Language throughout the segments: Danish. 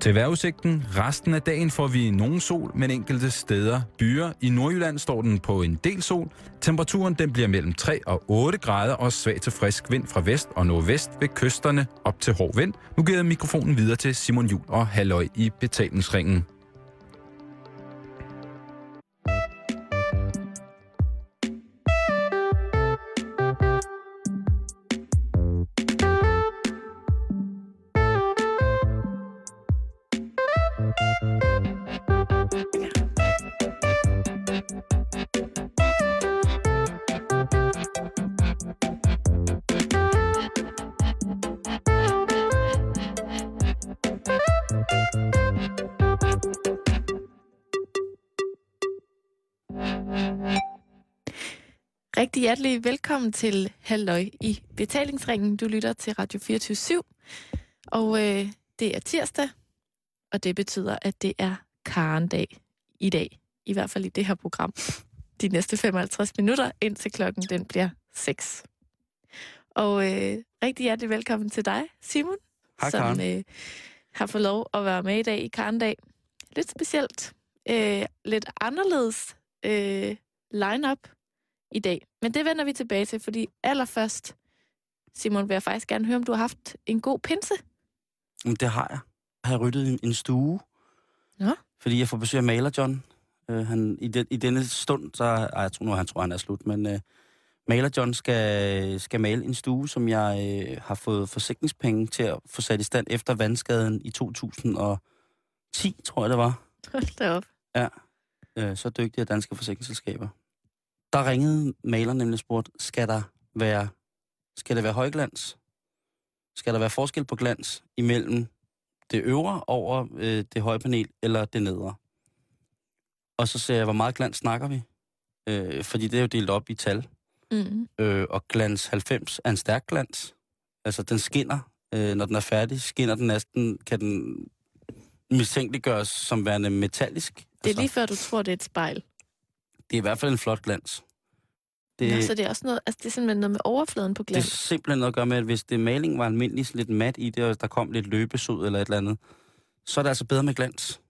Til vejrudsigten, resten af dagen får vi nogen sol, men enkelte steder byer. I Nordjylland står den på en del sol. Temperaturen den bliver mellem 3 og 8 grader og svag til frisk vind fra vest og nordvest ved kysterne op til hård vind. Nu giver jeg mikrofonen videre til Simon Juhl og Halløj i betalingsringen. Rigtig hjertelig velkommen til Halløj i betalingsringen. Du lytter til Radio 24/7, og det er tirsdag, og det betyder, at det er Karen-dag i dag. I hvert fald i det her program. De næste 55 minutter, indtil klokken den bliver 6. Og rigtig hjertelig velkommen til dig, Simon, Hej, som har fået lov at være med i dag i Karen-dag. Lidt specielt, lidt anderledes line-up i dag. Men det vender vi tilbage til, fordi allerførst, Simon, vil jeg faktisk gerne høre, om du har haft en god pinse. Det har jeg. Jeg har ryddet en stue, ja. Fordi jeg får besøg af Maler John. I denne stund, så jeg tror, han er slut, men Maler John skal male en stue, som jeg har fået forsikringspenge til at få sat i stand efter vandskaden i 2010, tror jeg det var. Hold da op. Ja, så dygtige danske forsikringsselskaber. Der ringede maleren nemlig og spurgte, skal der være højglans? Skal der være forskel på glans imellem det øvre over det høje panel eller det nedre? Og så sagde jeg, hvor meget glans snakker vi? Fordi det er jo delt op i tal. Mm. Og glans 90 er en stærk glans. Altså den skinner, når den er færdig. Skinner den næsten, kan den mistænkeliggøres som værende metallisk. Det er lige før, du tror, det er et spejl. Det er i hvert fald en flot glans. Så det er også noget, altså det er simpelthen noget med overfladen på glans. Det er simpelthen noget at gøre med, at hvis det maling var almindelig lidt mat i det, og der kom lidt løbesud eller et eller andet, så er det altså bedre med glans.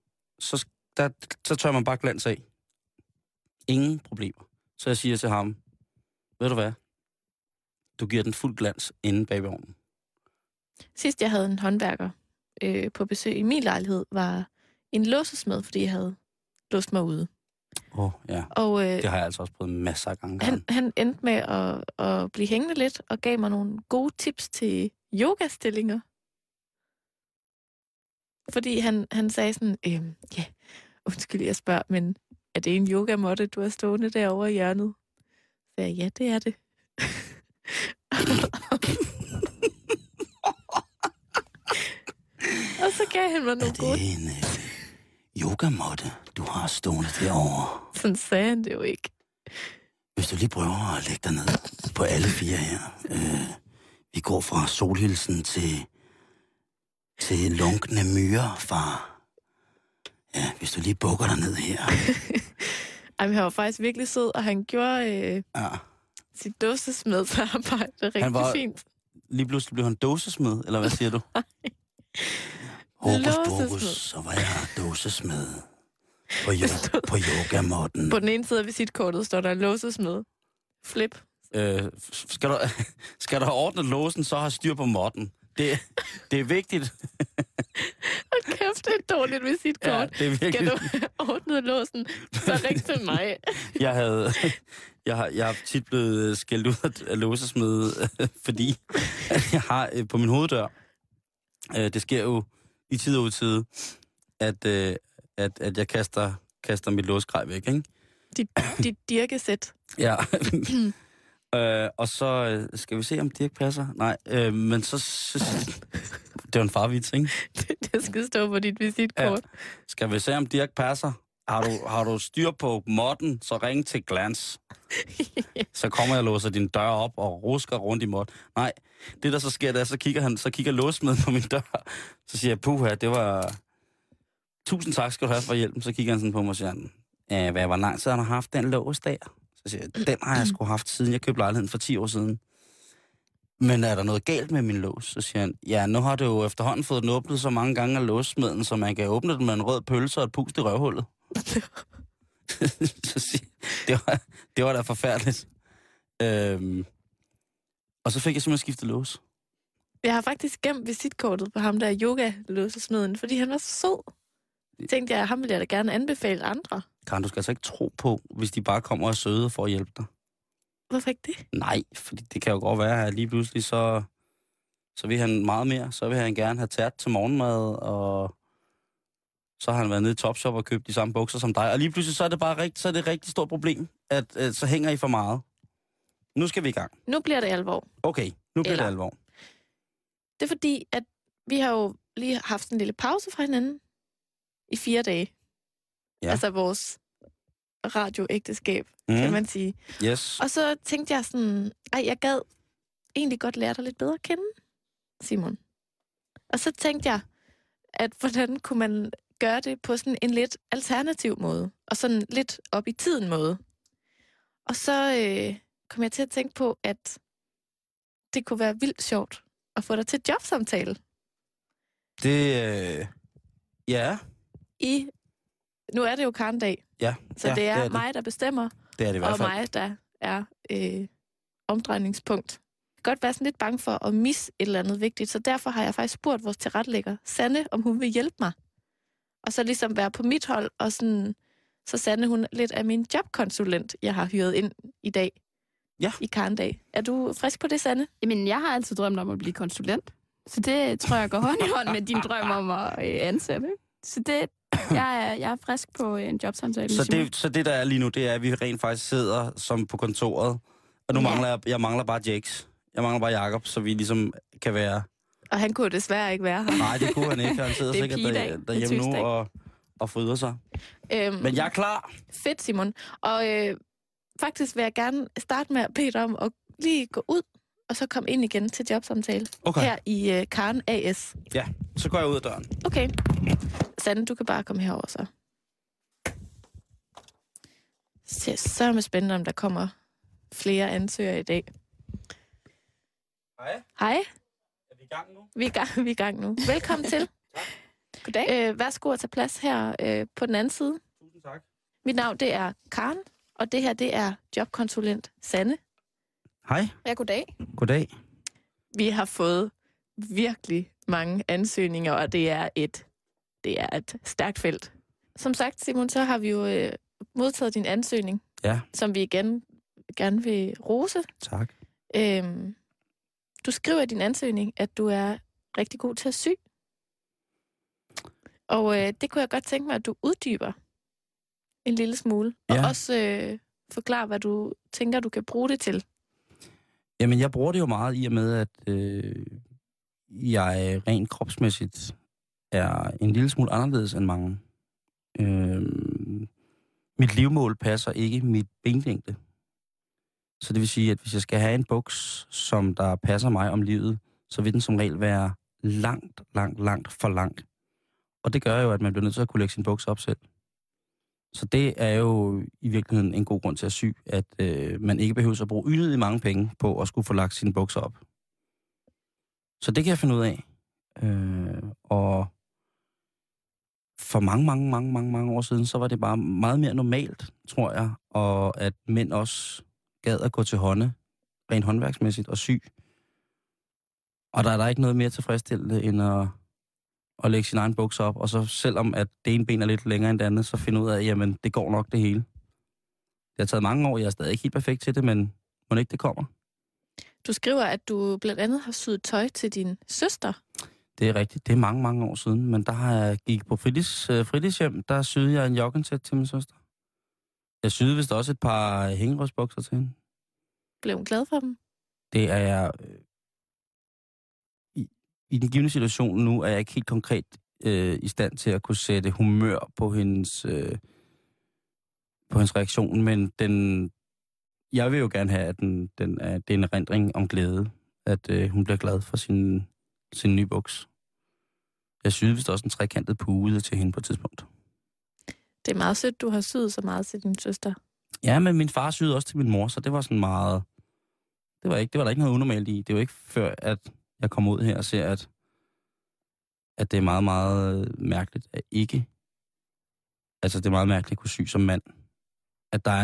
Så tør man bare glans af. Ingen problemer. Så jeg siger til ham, ved du hvad? Du giver den fuld glans inde bag ved ovnen. Sidst jeg havde en håndværker på besøg i min lejlighed, var en låsesmed, fordi jeg havde låst mig ude. Ja. Og, det har jeg altså også prøvet masser af gange. Han endte med at blive hængende lidt og gav mig nogle gode tips til yogastillinger. Fordi han sagde sådan, ja, undskyld, jeg spørger, men er det en yogamåtte, du har stående derovre i hjørnet? Så jeg, ja, det er det. Og så gav han mig nogle gode... Er det en yogamåtte, du har stående derovre? Sådan sagde han det jo ikke. Hvis du lige prøver at lægge dig ned på alle 4 her. Vi går fra solhilsen til lunkne myrer, far. Ja, hvis du lige bukker dig ned her. Ej, han var faktisk virkelig sød, og han gjorde sit dåsesmedsarbejde rigtig fint. Lige pludselig blev han dåsesmed, eller hvad siger du? Hokus pokus, så var jeg dåsesmed på yogamåtten. På den ene side af visitkortet står der låsesmed. Flip. Skal der have ordnet låsen, så har styr på måtten. Det er vigtigt. Hold kæft, det er et dårligt visitkort. Ja, det er virkelig... Skal du have ordnet låsen, så ring til mig. Jeg har tit blevet skældt ud af låsesmed, fordi jeg har på min hoveddør, det sker jo i tid og utide, at jeg kaster mit låsgrej væk, ikke? Dit dirkesæt. Ja. Og så skal vi se, om Dirk passer. Nej, men så det var en farvits, ikke? Det skal stå på dit visitkort. Ja. Skal vi se, om Dirk passer? Har du styr på måtten, så ring til Glans. Så kommer jeg og låser din dør op og rusker rundt i måtten. Nej, det der så sker, der så kigger låsmeden på min dør. Så siger jeg, puha, det var... Tusind tak skal du have for hjælpen. Så kigger han sådan på mig og siger, hvor lang tid han har haft den lås der? Så siger jeg, den har jeg sgu haft siden jeg købte lejligheden for 10 år siden. Men er der noget galt med min lås? Så siger han, ja, nu har du jo efterhånden fået den åbnet så mange gange af låssmeden, så man kan åbne den med en rød pølse og et pust i røvhullet. Så siger, det var da forfærdeligt. Og så fik jeg simpelthen skiftet lås. Jeg har faktisk gemt visitkortet på ham, der er yoga-låsesmeden, fordi han var så sød. Tænkte jeg, ham ville jeg da gerne anbefale andre. Karen, du skal altså ikke tro på, hvis de bare kommer og er søde for at hjælpe dig. Hvorfor ikke det? Nej, fordi det kan jo godt være, at lige pludselig så vil han meget mere. Så vil han gerne have tært til morgenmad, og så har han været nede i Topshop og købt de samme bukser som dig. Og lige pludselig så er det bare et rigtig stort problem, at så hænger I for meget. Nu skal vi i gang. Nu bliver det alvor. Okay, nu bliver det alvor. Det er fordi, at vi har jo lige haft en lille pause fra hinanden i 4 dage. Ja. Altså vores radioægteskab, kan man sige. Yes. Og så tænkte jeg sådan, jeg gad egentlig godt lære dig lidt bedre at kende, Simon. Og så tænkte jeg, at hvordan kunne man gøre det på sådan en lidt alternativ måde, og sådan lidt op i tiden måde. Og så kom jeg til at tænke på, at det kunne være vildt sjovt at få dig til jobsamtale. Ja. Nu er det jo Karen-dag. Ja. Så ja, det er det. mig, der bestemmer. Det er det i hvert fald. Og mig, der er omdrejningspunkt. Jeg kan godt være sådan lidt bange for at misse et eller andet vigtigt, så derfor har jeg faktisk spurgt vores tilrettelægger, Sanne, om hun vil hjælpe mig. Og så ligesom være på mit hold, og sådan, så Sanne, hun lidt af min jobkonsulent, jeg har hyret ind i dag. Ja. I Karen-dag. Er du frisk på det, Sanne? Jamen, jeg har altid drømt om at blive konsulent. Så det tror jeg går hånd i hånd med din drøm om at ansætte. Så det, jeg er frisk på en jobsamtale. Så det, der er lige nu, det er, at vi rent faktisk sidder som på kontoret. Og nu mangler bare Jakes. Jeg mangler bare Jakob, så vi ligesom kan være... Og han kunne desværre ikke være her. Nej, det kunne han ikke. Han sidder sikkert derhjemme nu og fryder sig. Men jeg er klar. Fedt, Simon. Og faktisk vil jeg gerne starte med at bede dig om at lige gå ud, og så komme ind igen til jobsamtale. Okay. Her i Karen AS. Ja, så går jeg ud af døren. Okay. Sanne, du kan bare komme herover så. Det er så med spændende, om der kommer flere ansøgere i dag. Hej. Hej. Er vi i gang nu? Vi er i gang nu. Velkommen til. Goddag. Værsgo at tage plads her på den anden side. Tusind tak. Mit navn, det er Karen, og det her, det er jobkonsulent Sanne. Hej. Ja, goddag. Goddag. Vi har fået virkelig mange ansøgninger, og det er et stærkt felt. Som sagt, Simon, så har vi jo modtaget din ansøgning, som vi igen gerne vil rose. Tak. Du skriver i din ansøgning, at du er rigtig god til at sy. Og det kunne jeg godt tænke mig, at du uddyber en lille smule. Og også forklare, hvad du tænker, du kan bruge det til. Jamen, jeg bruger det jo meget i og med, at jeg rent kropsmæssigt er en lille smule anderledes end mange. Mit livmål passer ikke mit benlængde. Så det vil sige, at hvis jeg skal have en buks, som der passer mig om livet, så vil den som regel være langt for lang. Og det gør jo, at man bliver nødt til at kunne lægge sin buks op selv. Så det er jo i virkeligheden en god grund til at sy, at man ikke behøver at bruge unødigt mange penge på at skulle få lagt sine bukser op. Så det kan jeg finde ud af. Og for mange år siden, så var det bare meget mere normalt, tror jeg, og at mænd også gad at gå til hånde, rent håndværksmæssigt, og sy. Og der er der ikke noget mere tilfredsstillende, end at lægge sin egen bukser op, og så selvom at det ene ben er lidt længere end det andet, så finde ud af, jamen, det går nok det hele. Det har taget mange år, jeg er stadig ikke helt perfekt til det, men må ikke det kommer. Du skriver, at du blandt andet har syet tøj til din søster. Det er rigtigt. Det er mange år siden, men der har jeg gik på fritidshjem, der syede jeg en joggensæt til min søster. Jeg syede vist også et par hængerøvsbukser til hende. Blev hun glad for dem? Det er jeg... I den givne situation nu er jeg ikke helt konkret i stand til at kunne sætte humør på hendes reaktion, men jeg vil jo gerne have, at det er en erindring om glæde, at hun bliver glad for sin nye buks. Jeg syede vist også en trekantet pude til hende på et tidspunkt. Det er meget sødt, du har syet så meget til din søster. Ja, men min far syede også til min mor, så det var sådan meget... Det var der ikke noget unormalt i. Det er jo ikke før, at jeg kommer ud her og ser, at det er meget, meget mærkeligt at ikke... Altså, det er meget mærkeligt at kunne sy som mand. At der er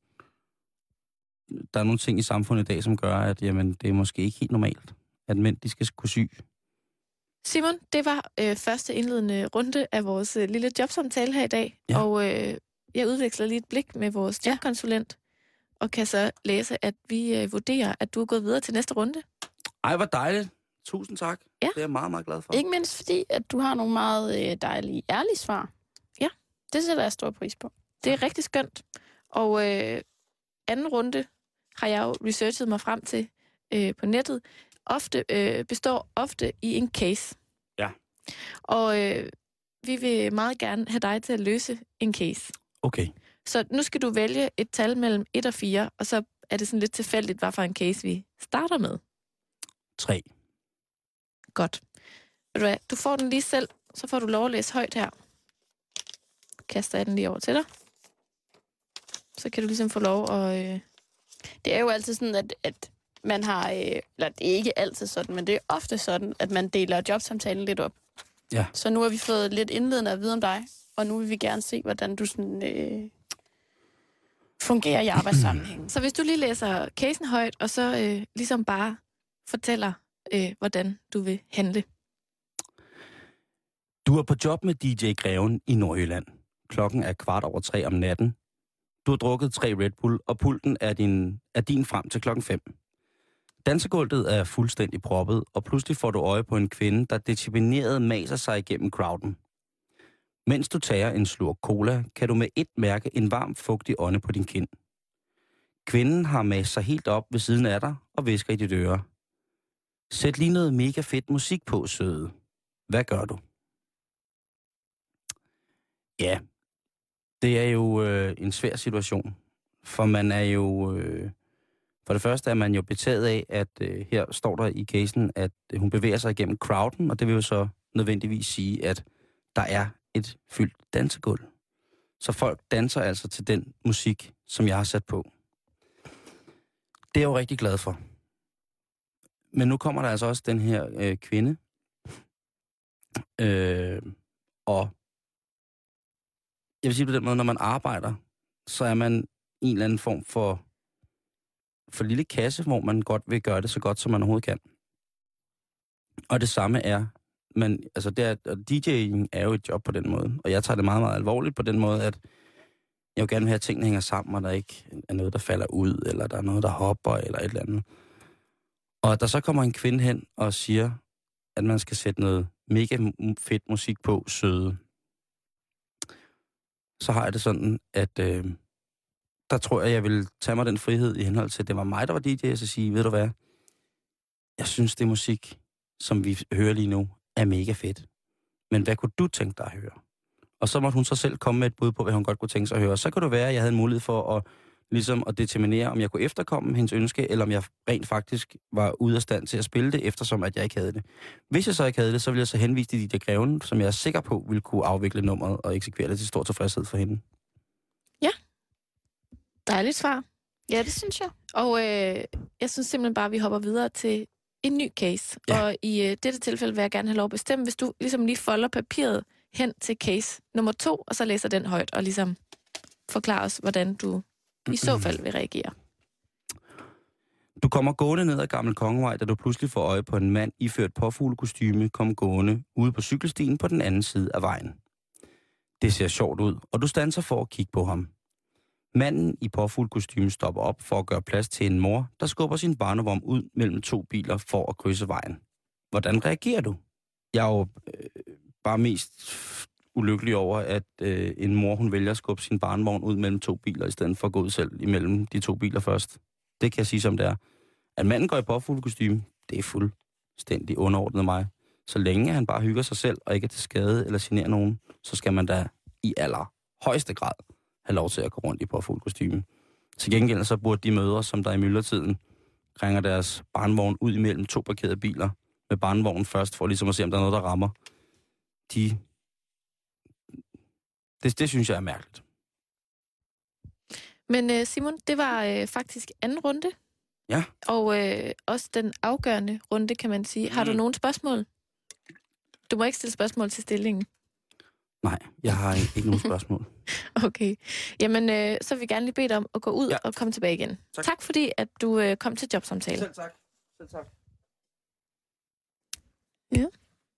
nogle ting i samfundet i dag, som gør, at jamen, det er måske ikke helt normalt, at mænd de skal kunne sy. Simon, det var første indledende runde af vores lille jobsamtale her i dag. Ja. Og jeg udveksler lige et blik med vores jobkonsulent, og kan så læse, at vi vurderer, at du er gået videre til næste runde. Ej, hvor dejligt. Tusind tak. Ja. Det er jeg meget, meget glad for. Ikke mindst fordi, at du har nogle meget dejlige, ærlige svar. Ja. Det sætter jeg stor pris på. Det er rigtig skønt. Og anden runde har jeg jo researchet mig frem til på nettet. Består ofte i en case. Ja. Og vi vil meget gerne have dig til at løse en case. Okay. Så nu skal du vælge et tal mellem 1 og 4, og så er det sådan lidt tilfældigt, hvad for en case vi starter med. 3. Godt. Ved du hvad, du får den lige selv, så får du lov at læse højt her. Kaster jeg den lige over til dig. Så kan du ligesom få lov at... Det er jo altid sådan, at man har... Eller det er ikke altid sådan, men det er ofte sådan, at man deler jobsamtalen lidt op. Ja. Så nu har vi fået lidt indledende at vide om dig, og nu vil vi gerne se, hvordan du sådan... fungerer i arbejdssammenhængen. Så hvis du lige læser casen højt, og så ligesom bare fortæller, hvordan du vil handle. Du er på job med DJ Greven i Nordjylland. Klokken er 3:15 om natten. Du har drukket 3 Red Bull, og pulten er din frem til klokken 5. Dansegulvet er fuldstændig proppet, og pludselig får du øje på en kvinde, der determineret maser sig igennem crowden. Mens du tager en slurk cola, kan du med et mærke en varm, fugtig ånde på din kind. Kvinden har maset sig helt op ved siden af dig og hvisker i dit øre. Sæt lige noget mega fedt musik på, søde. Hvad gør du? Ja, det er jo en svær situation. For man er jo... For det første er man jo betaget af, at her står der i casen, at hun bevæger sig igennem crowden, og det vil jo så nødvendigvis sige, at der er et fyldt dansegulv. Så folk danser altså til den musik, som jeg har sat på. Det er jeg jo rigtig glad for. Men nu kommer der altså også den her kvinde, og jeg vil sige på den måde, når man arbejder, så er man i en eller anden form for lille kasse, hvor man godt vil gøre det så godt, som man overhovedet kan. Og det samme er, DJ'ing er jo et job på den måde, og jeg tager det meget, meget alvorligt på den måde, at jeg jo gerne vil have, at tingene hænger sammen, og der ikke er noget, der falder ud, eller der er noget, der hopper, eller et eller andet. Og der så kommer en kvinde hen og siger, at man skal sætte noget mega fedt musik på, søde. Så har jeg det sådan, at der tror jeg vil tage mig den frihed i henhold til, at det var mig, der var DJ, og så sige, ved du hvad, jeg synes, det musik, som vi hører lige nu, er mega fedt. Men hvad kunne du tænke dig at høre? Og så måtte hun så selv komme med et bud på, hvad hun godt kunne tænke sig at høre. Så kunne det være, at jeg havde en mulighed for at determinere, om jeg kunne efterkomme hendes ønske, eller om jeg rent faktisk var ude af stand til at spille det, eftersom at jeg ikke havde det. Hvis jeg så ikke havde det, så ville jeg så henvise til DJ Greven, som jeg er sikker på ville kunne afvikle nummeret og eksekvere det til stor tilfredshed for hende. Ja. Dejligt svar. Ja, det synes jeg. Og jeg synes simpelthen bare, at vi hopper videre til en ny case. Ja. Og i dette tilfælde vil jeg gerne have lov at bestemme, hvis du ligesom lige folder papiret hen til case nummer 2, og så læser den højt, og ligesom forklarer os, hvordan du i så fald vil reagere. Du kommer gående ned ad Gammel Kongevej, da du pludselig får øje på en mand iført påfuglekostyme, kom gående ude på cykelstien på den anden side af vejen. Det ser sjovt ud, og du standser for at kigge på ham. Manden i påfuglekostyme stopper op for at gøre plads til en mor, der skubber sin barnevogn ud mellem 2 biler for at krydse vejen. Hvordan reagerer du? Jeg er jo bare mest ulykkelig over, at en mor, hun vælger at skubbe sin barnevogn ud mellem 2 biler, i stedet for at gå ud selv imellem de 2 biler først. Det kan jeg sige, som det er. At manden går i påfuglekostyme, det er fuldstændig underordnet mig. Så længe han bare hygger sig selv og ikke er til skade eller generer nogen, så skal man da i allerhøjeste grad have lov til at gå rundt i påfuglekostyme. Til gengæld så burde de mødre, som der i myldretiden krænger deres barnevogn ud imellem 2 parkerede biler med barnevognen først, for ligesom at se, om der er noget, der rammer. Det synes jeg er mærkeligt. Men Simon, det var faktisk anden runde. Ja. Og også den afgørende runde, kan man sige. Har du nogle spørgsmål? Du må ikke stille spørgsmål til stillingen. Nej, jeg har ikke nogen spørgsmål. Okay. Jamen, så vil vi gerne lige bede dig om at gå ud og komme tilbage igen. Tak fordi, at du kom til jobsamtale. Selv tak. Selv tak. Ja.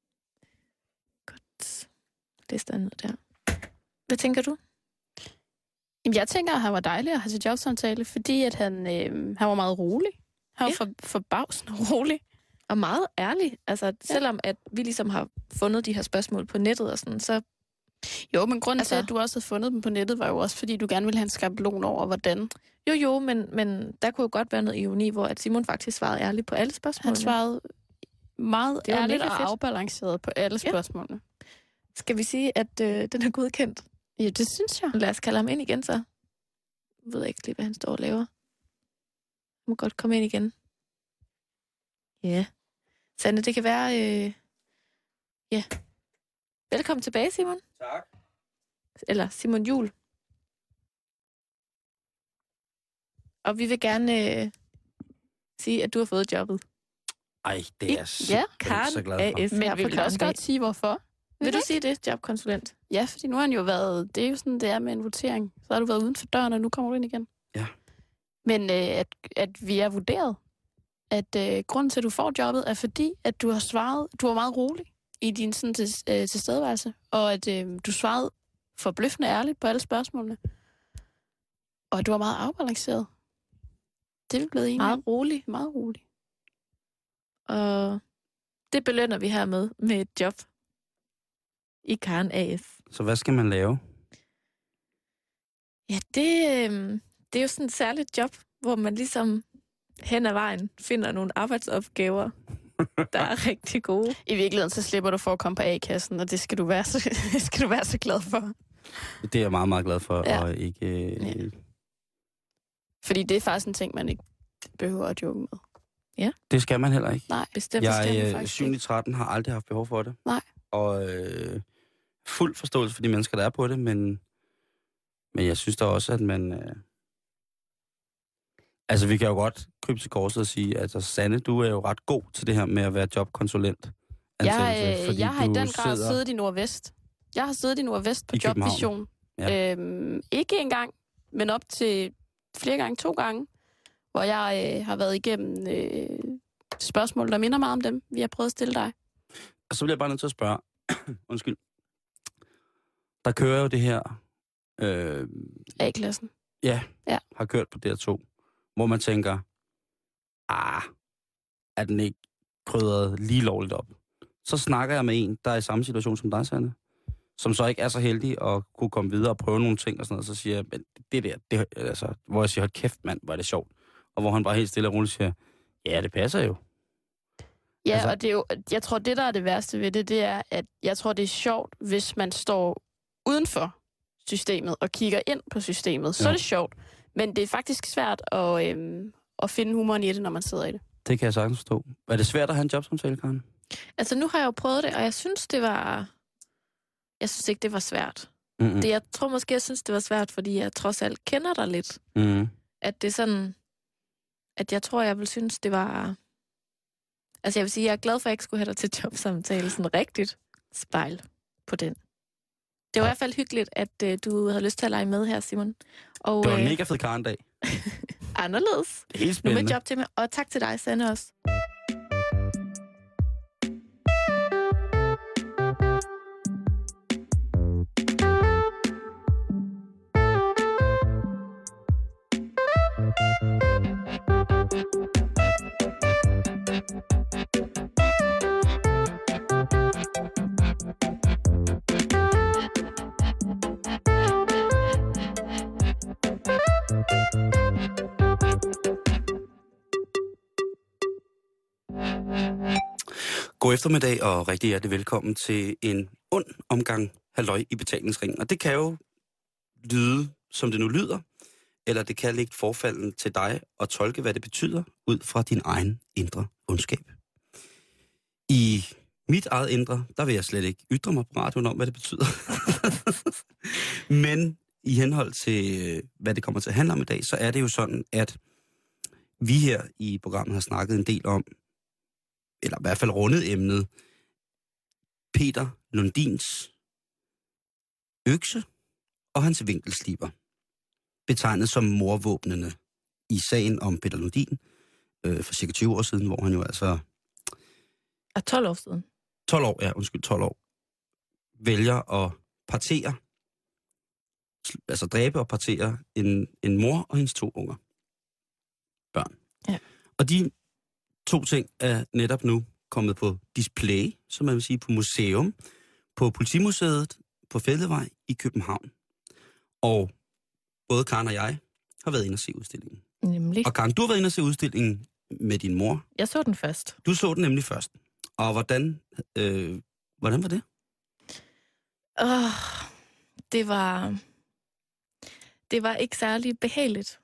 Godt. Lister ned der. Hvad tænker du? Jamen, jeg tænker, at han var dejlig at have til jobsamtale, fordi at han var meget rolig. Han var forbavsende rolig. Og meget ærlig. Altså, selvom at vi ligesom har fundet de her spørgsmål på nettet og sådan, så... Jo, men grunden til, at du også havde fundet dem på nettet, var jo også, fordi du gerne ville have en skabelon over, hvordan. Jo, men der kunne jo godt være noget ironi, hvor at Simon faktisk svarede ærligt på alle spørgsmålene. Han svarede meget ærligt og afbalanceret på alle spørgsmålene. Skal vi sige, at den er godkendt? Ja, det synes jeg. Lad os kalde ham ind igen, så. Jeg ved ikke lige, hvad han står og laver. Han må godt komme ind igen. Ja. Sande, det kan være... Ja. Velkommen tilbage, Simon. Tak. Eller Simon Juhl. Og vi vil gerne sige, at du har fået jobbet. Ej, det er jeg så glad for. AS. Men vi vil også godt sige, hvorfor. Vil du sige det, jobkonsulent? Ja, fordi nu har han jo været... Det er jo sådan, det er med en votering. Så har du været uden for døren, og nu kommer du ind igen. Ja. Men at vi er vurderet, at grunden til, at du får jobbet, er fordi, at du har svaret... Du var meget rolig i din sådan, tilstedeværelse, og at du svarede forbløffende ærligt på alle spørgsmålene. Og du var meget afbalanceret. Det er vi blevet enige. Meget rolig. Meget rolig. Og det belønner vi hermed med et job i Karen AS. Så hvad skal man lave? Ja, det er jo sådan et særligt job, hvor man ligesom hen ad vejen finder nogle arbejdsopgaver, der er rigtig gode. I virkeligheden, så slipper du for at komme på A-kassen, og det skal du være så glad for. Det er jeg meget, meget glad for, ja. Og ikke... Ja. Fordi det er faktisk en ting, man ikke behøver at joke med. Ja. Det skal man heller ikke. Nej, bestemt. Jeg 7-13 har aldrig haft behov for det. Nej. Og fuld forståelse for de mennesker, der er på det, men jeg synes da også, at man... Altså, vi kan jo godt krybe til korset og sige, at Sanne, du er jo ret god til det her med at være jobkonsulent. Jeg har i den grad siddet i Nordvest. Jeg har siddet i Nordvest på Jobvision. Ja. Ikke engang, men op til flere gange, 2 gange, hvor jeg har været igennem spørgsmål, der minder meget om dem, vi har prøvet at stille dig. Og så bliver jeg bare nødt til at spørge. Undskyld. Der kører jo det her... A-klassen. Ja, har kørt på DR2, hvor man tænker, er den ikke krydret lige lovligt op? Så snakker jeg med en, der er i samme situation som dig, Sanne, som så ikke er så heldig at kunne komme videre og prøve nogle ting og sådan noget, så siger jeg, men det altså, hvor jeg siger, hold kæft mand, hvor er det sjovt. Og hvor han bare helt stille og roligt siger, ja, det passer jo. Ja, altså, og det er jo, jeg tror, det der er det værste ved det er, at jeg tror, det er sjovt, hvis man står udenfor systemet og kigger ind på systemet. Så er det sjovt. Men det er faktisk svært at finde humoren i det, når man sidder i det. Det kan jeg sagtens forstå. Er det svært at have en jobsamtale, Karen? Altså, nu har jeg jo prøvet det, og jeg synes, jeg synes ikke, det var svært. Mm-hmm. Jeg tror måske, jeg synes, det var svært, fordi jeg trods alt kender dig lidt. Mm-hmm. At det er sådan, at jeg tror, jeg vil synes, det var... Altså, jeg vil sige, jeg er glad for, at jeg ikke skulle have dig til jobsamtale sådan rigtigt. Spejl på den. Det var i hvert fald hyggeligt, at du havde lyst til at lege med her, Simon. Og, det var en mega fed Karen-dag. Anderledes. Helt spændende. Nu med job til mig. Og tak til dig, Sanne, også. God eftermiddag og rigtig hjertelig velkommen til en ond omgang halløj i betalingsringen. Og det kan jo lyde, som det nu lyder, eller det kan ligge forfalden til dig at tolke, hvad det betyder, ud fra din egen indre ondskab. I mit eget indre, der vil jeg slet ikke ytre mig på radioen om, hvad det betyder. Men i henhold til, hvad det kommer til at handle om i dag, så er det jo sådan, at vi her i programmet har snakket en del om, eller i hvert fald rundet emnet, Peter Lundins økse og hans vinkelsliber, betegnet som morvåbnene i sagen om Peter Lundin for cirka 20 år siden, hvor han jo altså... 12 år siden. 12 år, vælger at partere, altså dræbe og partere en mor og hendes 2 unger. Børn. Ja. Og de 2 ting er netop nu kommet på display, som man vil sige, på museum, på Politimuseet på Fældevej i København. Og både Karen og jeg har været inde og se udstillingen. Nemlig. Og Karen, du har været inde og se udstillingen med din mor. Jeg så den først. Du så den nemlig først. Og hvordan var det? Det var ikke særlig behageligt.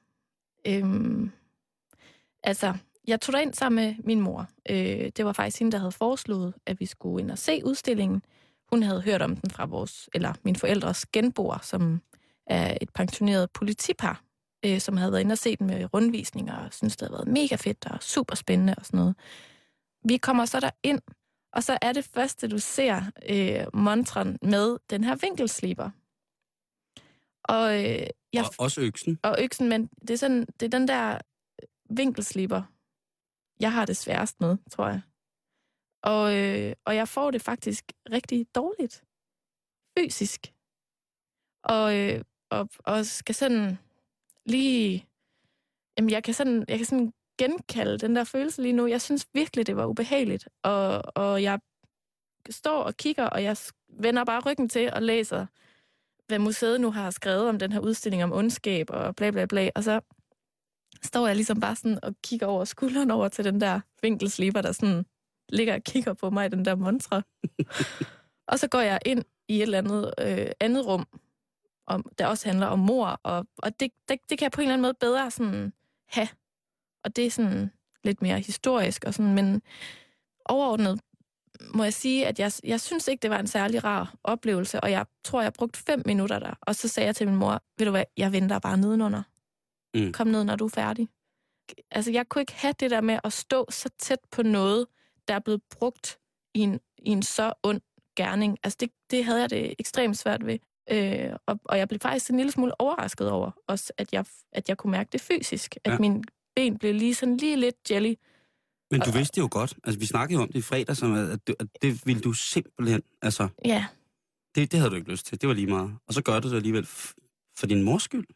Jeg tog ind sammen med min mor. Det var faktisk hende, der havde foreslået, at vi skulle ind og se udstillingen. Hun havde hørt om den fra mine forældres genboer, som er et pensioneret politipar, som havde været inde og se den med rundvisninger, og synes, det havde været mega fedt og super spændende og sådan noget. Vi kommer så derind, og så er det første, du ser montren med den her vinkelsliber. Og også øksen. Og øksen, men det er den der vinkelsliber, jeg har det sværest med, tror jeg. Og jeg får det faktisk rigtig dårligt. Fysisk. Og skal sådan lige... Jamen, jeg kan sådan genkalde den der følelse lige nu. Jeg synes virkelig, det var ubehageligt. Og jeg står og kigger, og jeg vender bare ryggen til og læser, hvad museet nu har skrevet om den her udstilling om ondskab og bla bla bla. Og så står jeg ligesom bare sådan og kigger over skulderen over til den der vinkelsliber, der sådan ligger og kigger på mig i den der montre. Og så går jeg ind i et eller andet rum, der også handler om mord, og det kan jeg på en eller anden måde bedre sådan have. Og det er sådan lidt mere historisk og sådan, men overordnet må jeg sige, at jeg synes ikke, det var en særlig rar oplevelse, og jeg tror, jeg brugte 5 minutter der, og så sagde jeg til min mor, ved du hvad, jeg venter bare nedenunder. Kom ned, når du er færdig. Altså, jeg kunne ikke have det der med at stå så tæt på noget, der er blevet brugt i en så ond gerning. Altså, det havde jeg det ekstremt svært ved. Og jeg blev faktisk en lille smule overrasket over, også at jeg kunne mærke det fysisk. At mine ben blev lige lidt jelly. Men du vidste det jo godt. Altså, vi snakkede jo om det i fredag, som at det ville du simpelthen... Altså, ja. Det havde du ikke lyst til. Det var lige meget. Og så gør du det alligevel for din mors skyld.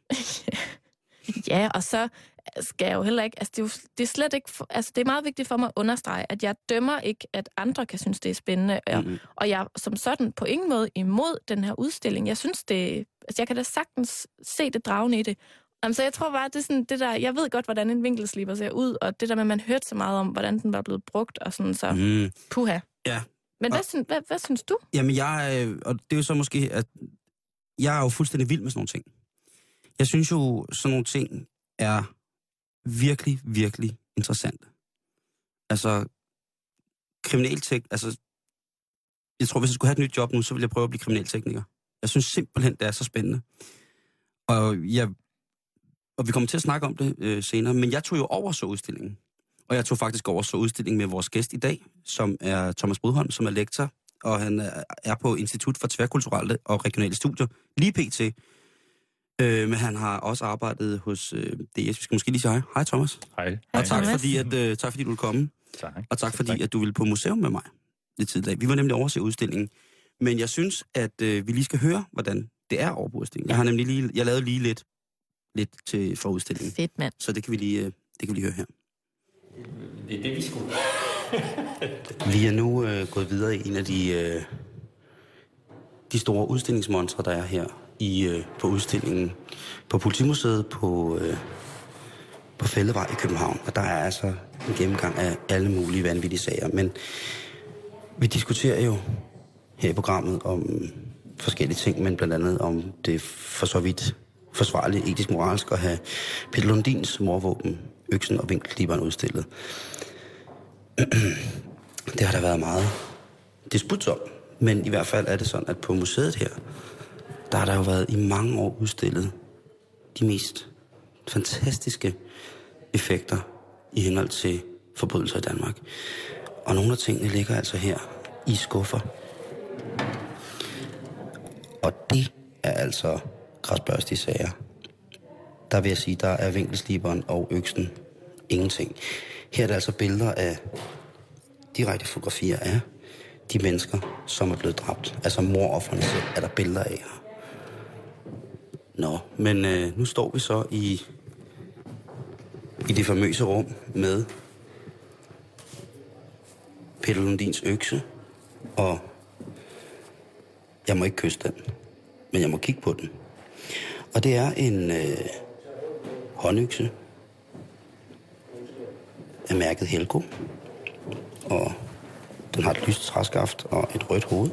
Ja, og så skal jeg jo heller ikke... Altså, det er slet ikke... Altså, det er meget vigtigt for mig at understrege, at jeg dømmer ikke, at andre kan synes, det er spændende. Og jeg som sådan på ingen måde imod den her udstilling. Jeg synes det... Altså, jeg kan da sagtens se det dragende i det. Så jeg tror bare, det er sådan det der... Jeg ved godt, hvordan en vinkelsliber ser ud, og det der med, at man hørte så meget om, hvordan den var blevet brugt, og sådan så... Puha. Ja. Men hvad synes du? Jamen, og det er jo så måske, at jeg er jo fuldstændig vild med sådan nogle ting. Jeg synes jo, sådan nogle ting er virkelig, virkelig interessante. Altså, altså, jeg tror, hvis jeg skulle have et nyt job nu, så ville jeg prøve at blive kriminaltekniker. Jeg synes simpelthen, det er så spændende. Og vi kommer til at snakke om det senere, men jeg tog jo over så udstillingen. Og jeg tog faktisk over så udstillingen med vores gæst i dag, som er Thomas Brudholm, som er lektor, og han er på Institut for Tværkulturelle og Regionale Studier, lige pt. Men han har også arbejdet hos DS. Vi skal måske lige sige hej. Hej, Thomas. Hej. Og tak fordi du vil komme. Tak. Og tak fordi, at du ville på museum med mig lidt tid i dag. Vi var nemlig over at se udstillingen. Men jeg synes, at vi lige skal høre, hvordan det er over på udstillingen. Jeg lavede lige lidt til for udstillingen. Fedt, mand. Så det kan vi lige høre her. Det er det, vi skulle. Vi er nu gået videre i en af de store udstillingsmonstre, der er her på udstillingen på Politimuseet på Fældevej i København. Og der er altså en gennemgang af alle mulige vanvittige sager. Men vi diskuterer jo her i programmet om forskellige ting, men blandt andet om det for så vidt forsvarligt etisk moralsk at have Peter Lundins morvåben, øksen og vinkelsliberen udstillet. Det har der været meget disput om, men i hvert fald er det sådan, at på museet her, der har der jo været i mange år udstillet de mest fantastiske effekter i henhold til forbrydelser i Danmark. Og nogle af tingene ligger altså her i skuffer. Og det er altså græsbørstige sager. Der vil jeg sige, der er vinkelsliberen og øksen ingenting. Her er der altså billeder af direkte fotografier af de mennesker, som er blevet dræbt. Altså morofferne selv er der billeder af her. Nå, men nu står vi så i det famøse rum med Peter Lundins økse, og jeg må ikke kysse den, men jeg må kigge på den. Og det er en håndøkse af mærket Helgo, og den har et lyst træskaft og et rødt hoved.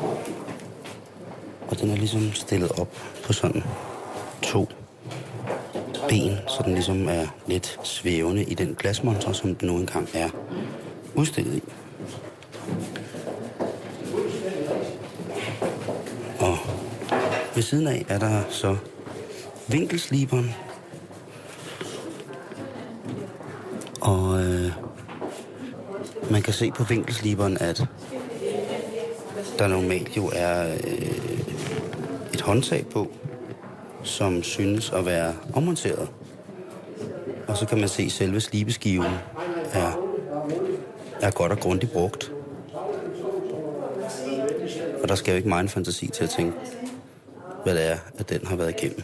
Og den er ligesom stillet op på sådan 2 ben, så den ligesom er lidt svævende i den glasmontre, som den nu engang er udstillet i. Og ved siden af er der så vinkelsliberen. Og man kan se på vinkelsliberen, at der normalt jo er et håndtag på, som synes at være ommonteret. Og så kan man se, at selve slibeskiven er godt og grundigt brugt. Og der skal jo ikke meget en fantasi til at tænke, hvad det er, at den har været igennem.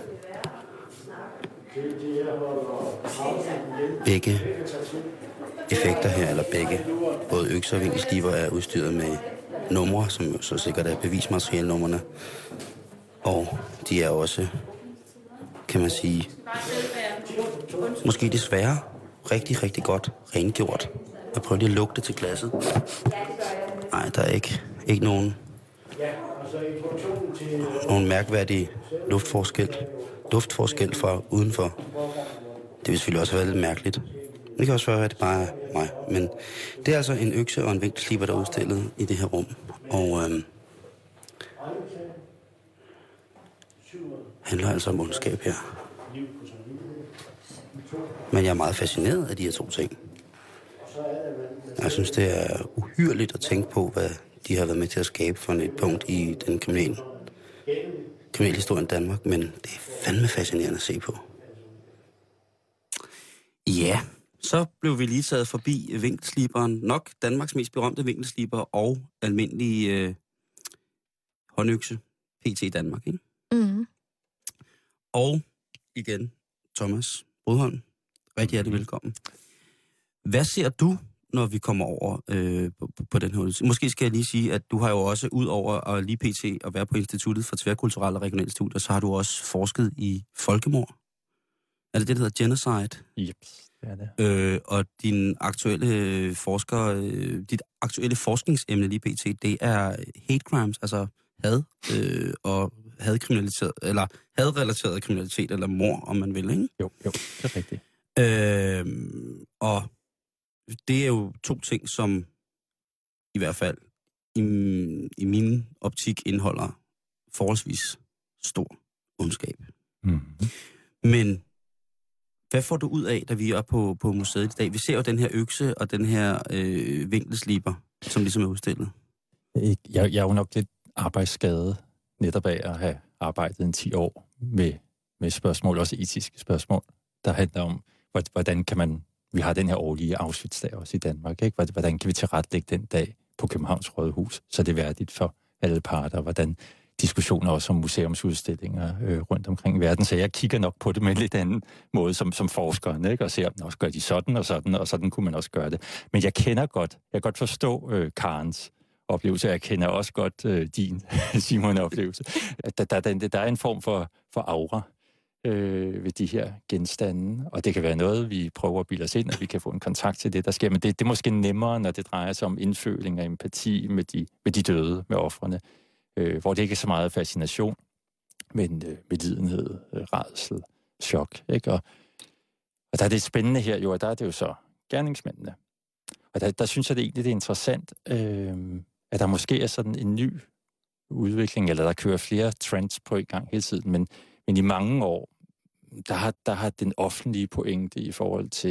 Begge effekter her, eller begge, både økser og vinkelsliber, er udstyret med numre, som jo så sikkert er bevismateriale-numrene. Og de er også, kan man sige, måske desværre rigtig, rigtig godt rengjort. Jeg prøver lige at lugte til glasset. Nej, der er ikke nogen mærkværdig duftforskel fra udenfor. Det vil selvfølgelig også være lidt mærkeligt. Det kan også være, at det bare er mig. Men det er altså en økse og en vinkelsliber, der er udstillet i det her rum. Og handler altså om ondskab her. Men jeg er meget fascineret af de her 2 ting. Jeg synes, det er uhyrligt at tænke på, hvad de har været med til at skabe for et punkt i den kriminelle historie i Danmark. Men det er fandme fascinerende at se på. Ja, så blev vi lige taget forbi vinkelsliberen. Nok Danmarks mest berømte vinkelsliber og almindelige håndøkse. PT i Danmark, ikke? Mm. Og igen, Thomas Brudholm, rigtig hjertelig velkommen. Hvad ser du, når vi kommer over på den her? Måske skal jeg lige sige, at du har jo også, ud over at lige PT og være på Instituttet for Tværkulturelle og Regionale Studier, så har du også forsket i folkemord. Er det det, der hedder genocide? Yep, det er det. Og dit aktuelle forskningsemne lige PT, det er hate crimes, altså had og hadkriminalitet, eller hadrelateret kriminalitet, eller mord, om man vil, ikke? Jo, det er rigtigt. Og det er jo 2 ting, som i hvert fald i min optik indeholder forholdsvis stor ondskab. Mm-hmm. Men hvad får du ud af, da vi er på museet i dag? Vi ser jo den her økse og den her vinkelsliber, som ligesom er udstillet. Jeg er jo nok lidt arbejdsskadet, netop af at have arbejdet en 10 år med spørgsmål, også etiske spørgsmål, der handler om, hvordan kan man, vi har den her årlige Auschwitz-dag også i Danmark, ikke? Hvordan kan vi tilrettelægge den dag på Københavns Rådhus, så det er værdigt for alle parter, hvordan diskussioner også om museumsudstillinger rundt omkring i verden, så jeg kigger nok på det med en lidt anden måde som forskeren, ikke? Og ser, også gør de sådan, og sådan kunne man også gøre det. Men jeg kan godt forstå Karens oplevelse, jeg kender også godt din, Simon, oplevelse. Der er en form for aura ved de her genstande, og det kan være noget, vi prøver at bilde os ind, at vi kan få en kontakt til det, der sker, men det er måske nemmere, når det drejer sig om indføling og empati med de døde, med ofrene, hvor det ikke er så meget fascination, men medlidenhed, rædsel, chok, ikke? Og der er det spændende her jo, og der er det jo så gerningsmændene. Og der synes jeg det egentlig, det er interessant, at der måske er sådan en ny udvikling, eller der kører flere trends på i gang hele tiden, men i mange år, der har den offentlige pointe i forhold til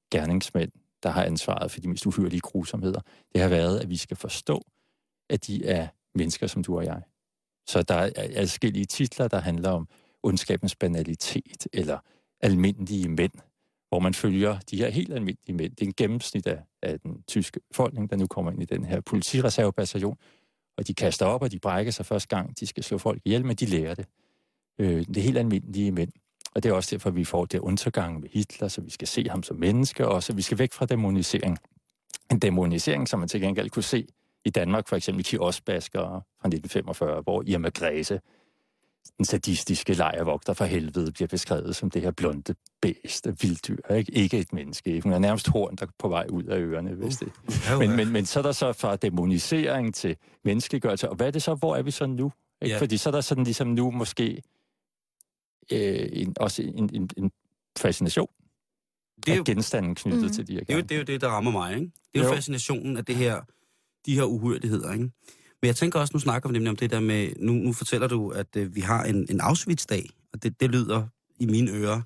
gerningsmænd, der har ansvaret for de mest uhyrlige grusomheder. Det har været, at vi skal forstå, at de er mennesker som du og jeg. Så der er adskillige titler, der handler om ondskabens banalitet, eller almindelige mænd, hvor man følger de her helt almindelige mænd. Det er en gennemsnit af den tyske befolkning, der nu kommer ind i den her politireservebataljon, og de kaster op, og de brækker sig første gang, de skal slå folk ihjel, men de lærer det. Det er helt almindelige mænd. Og det er også derfor, vi får det undergang med Hitler, så vi skal se ham som menneske, og så vi skal væk fra dæmonisering. En dæmonisering, som man til gengæld kunne se i Danmark, for eksempel Kioskbasker fra 1945, hvor Irma Græse, den sadistiske lejrvogter fra helvede, bliver beskrevet som det her blonde bæst af vilddyr. Ikke et menneske. Hun er nærmest horn, der er på vej ud af ørerne, hvis det. Men så er der så fra dæmonisering til menneskeliggørelse. Og hvad er det så? Hvor er vi så nu? Ja. Fordi så er der sådan ligesom nu måske også en fascination af genstanden knyttet til de her det er jo det, der rammer mig, ikke? Det er jo fascinationen af det her, de her uhyrligheder, ikke? Men jeg tænker også, nu snakker vi nemlig om det der med, nu fortæller du, at vi har en Auschwitz-dag, og det lyder i mine ører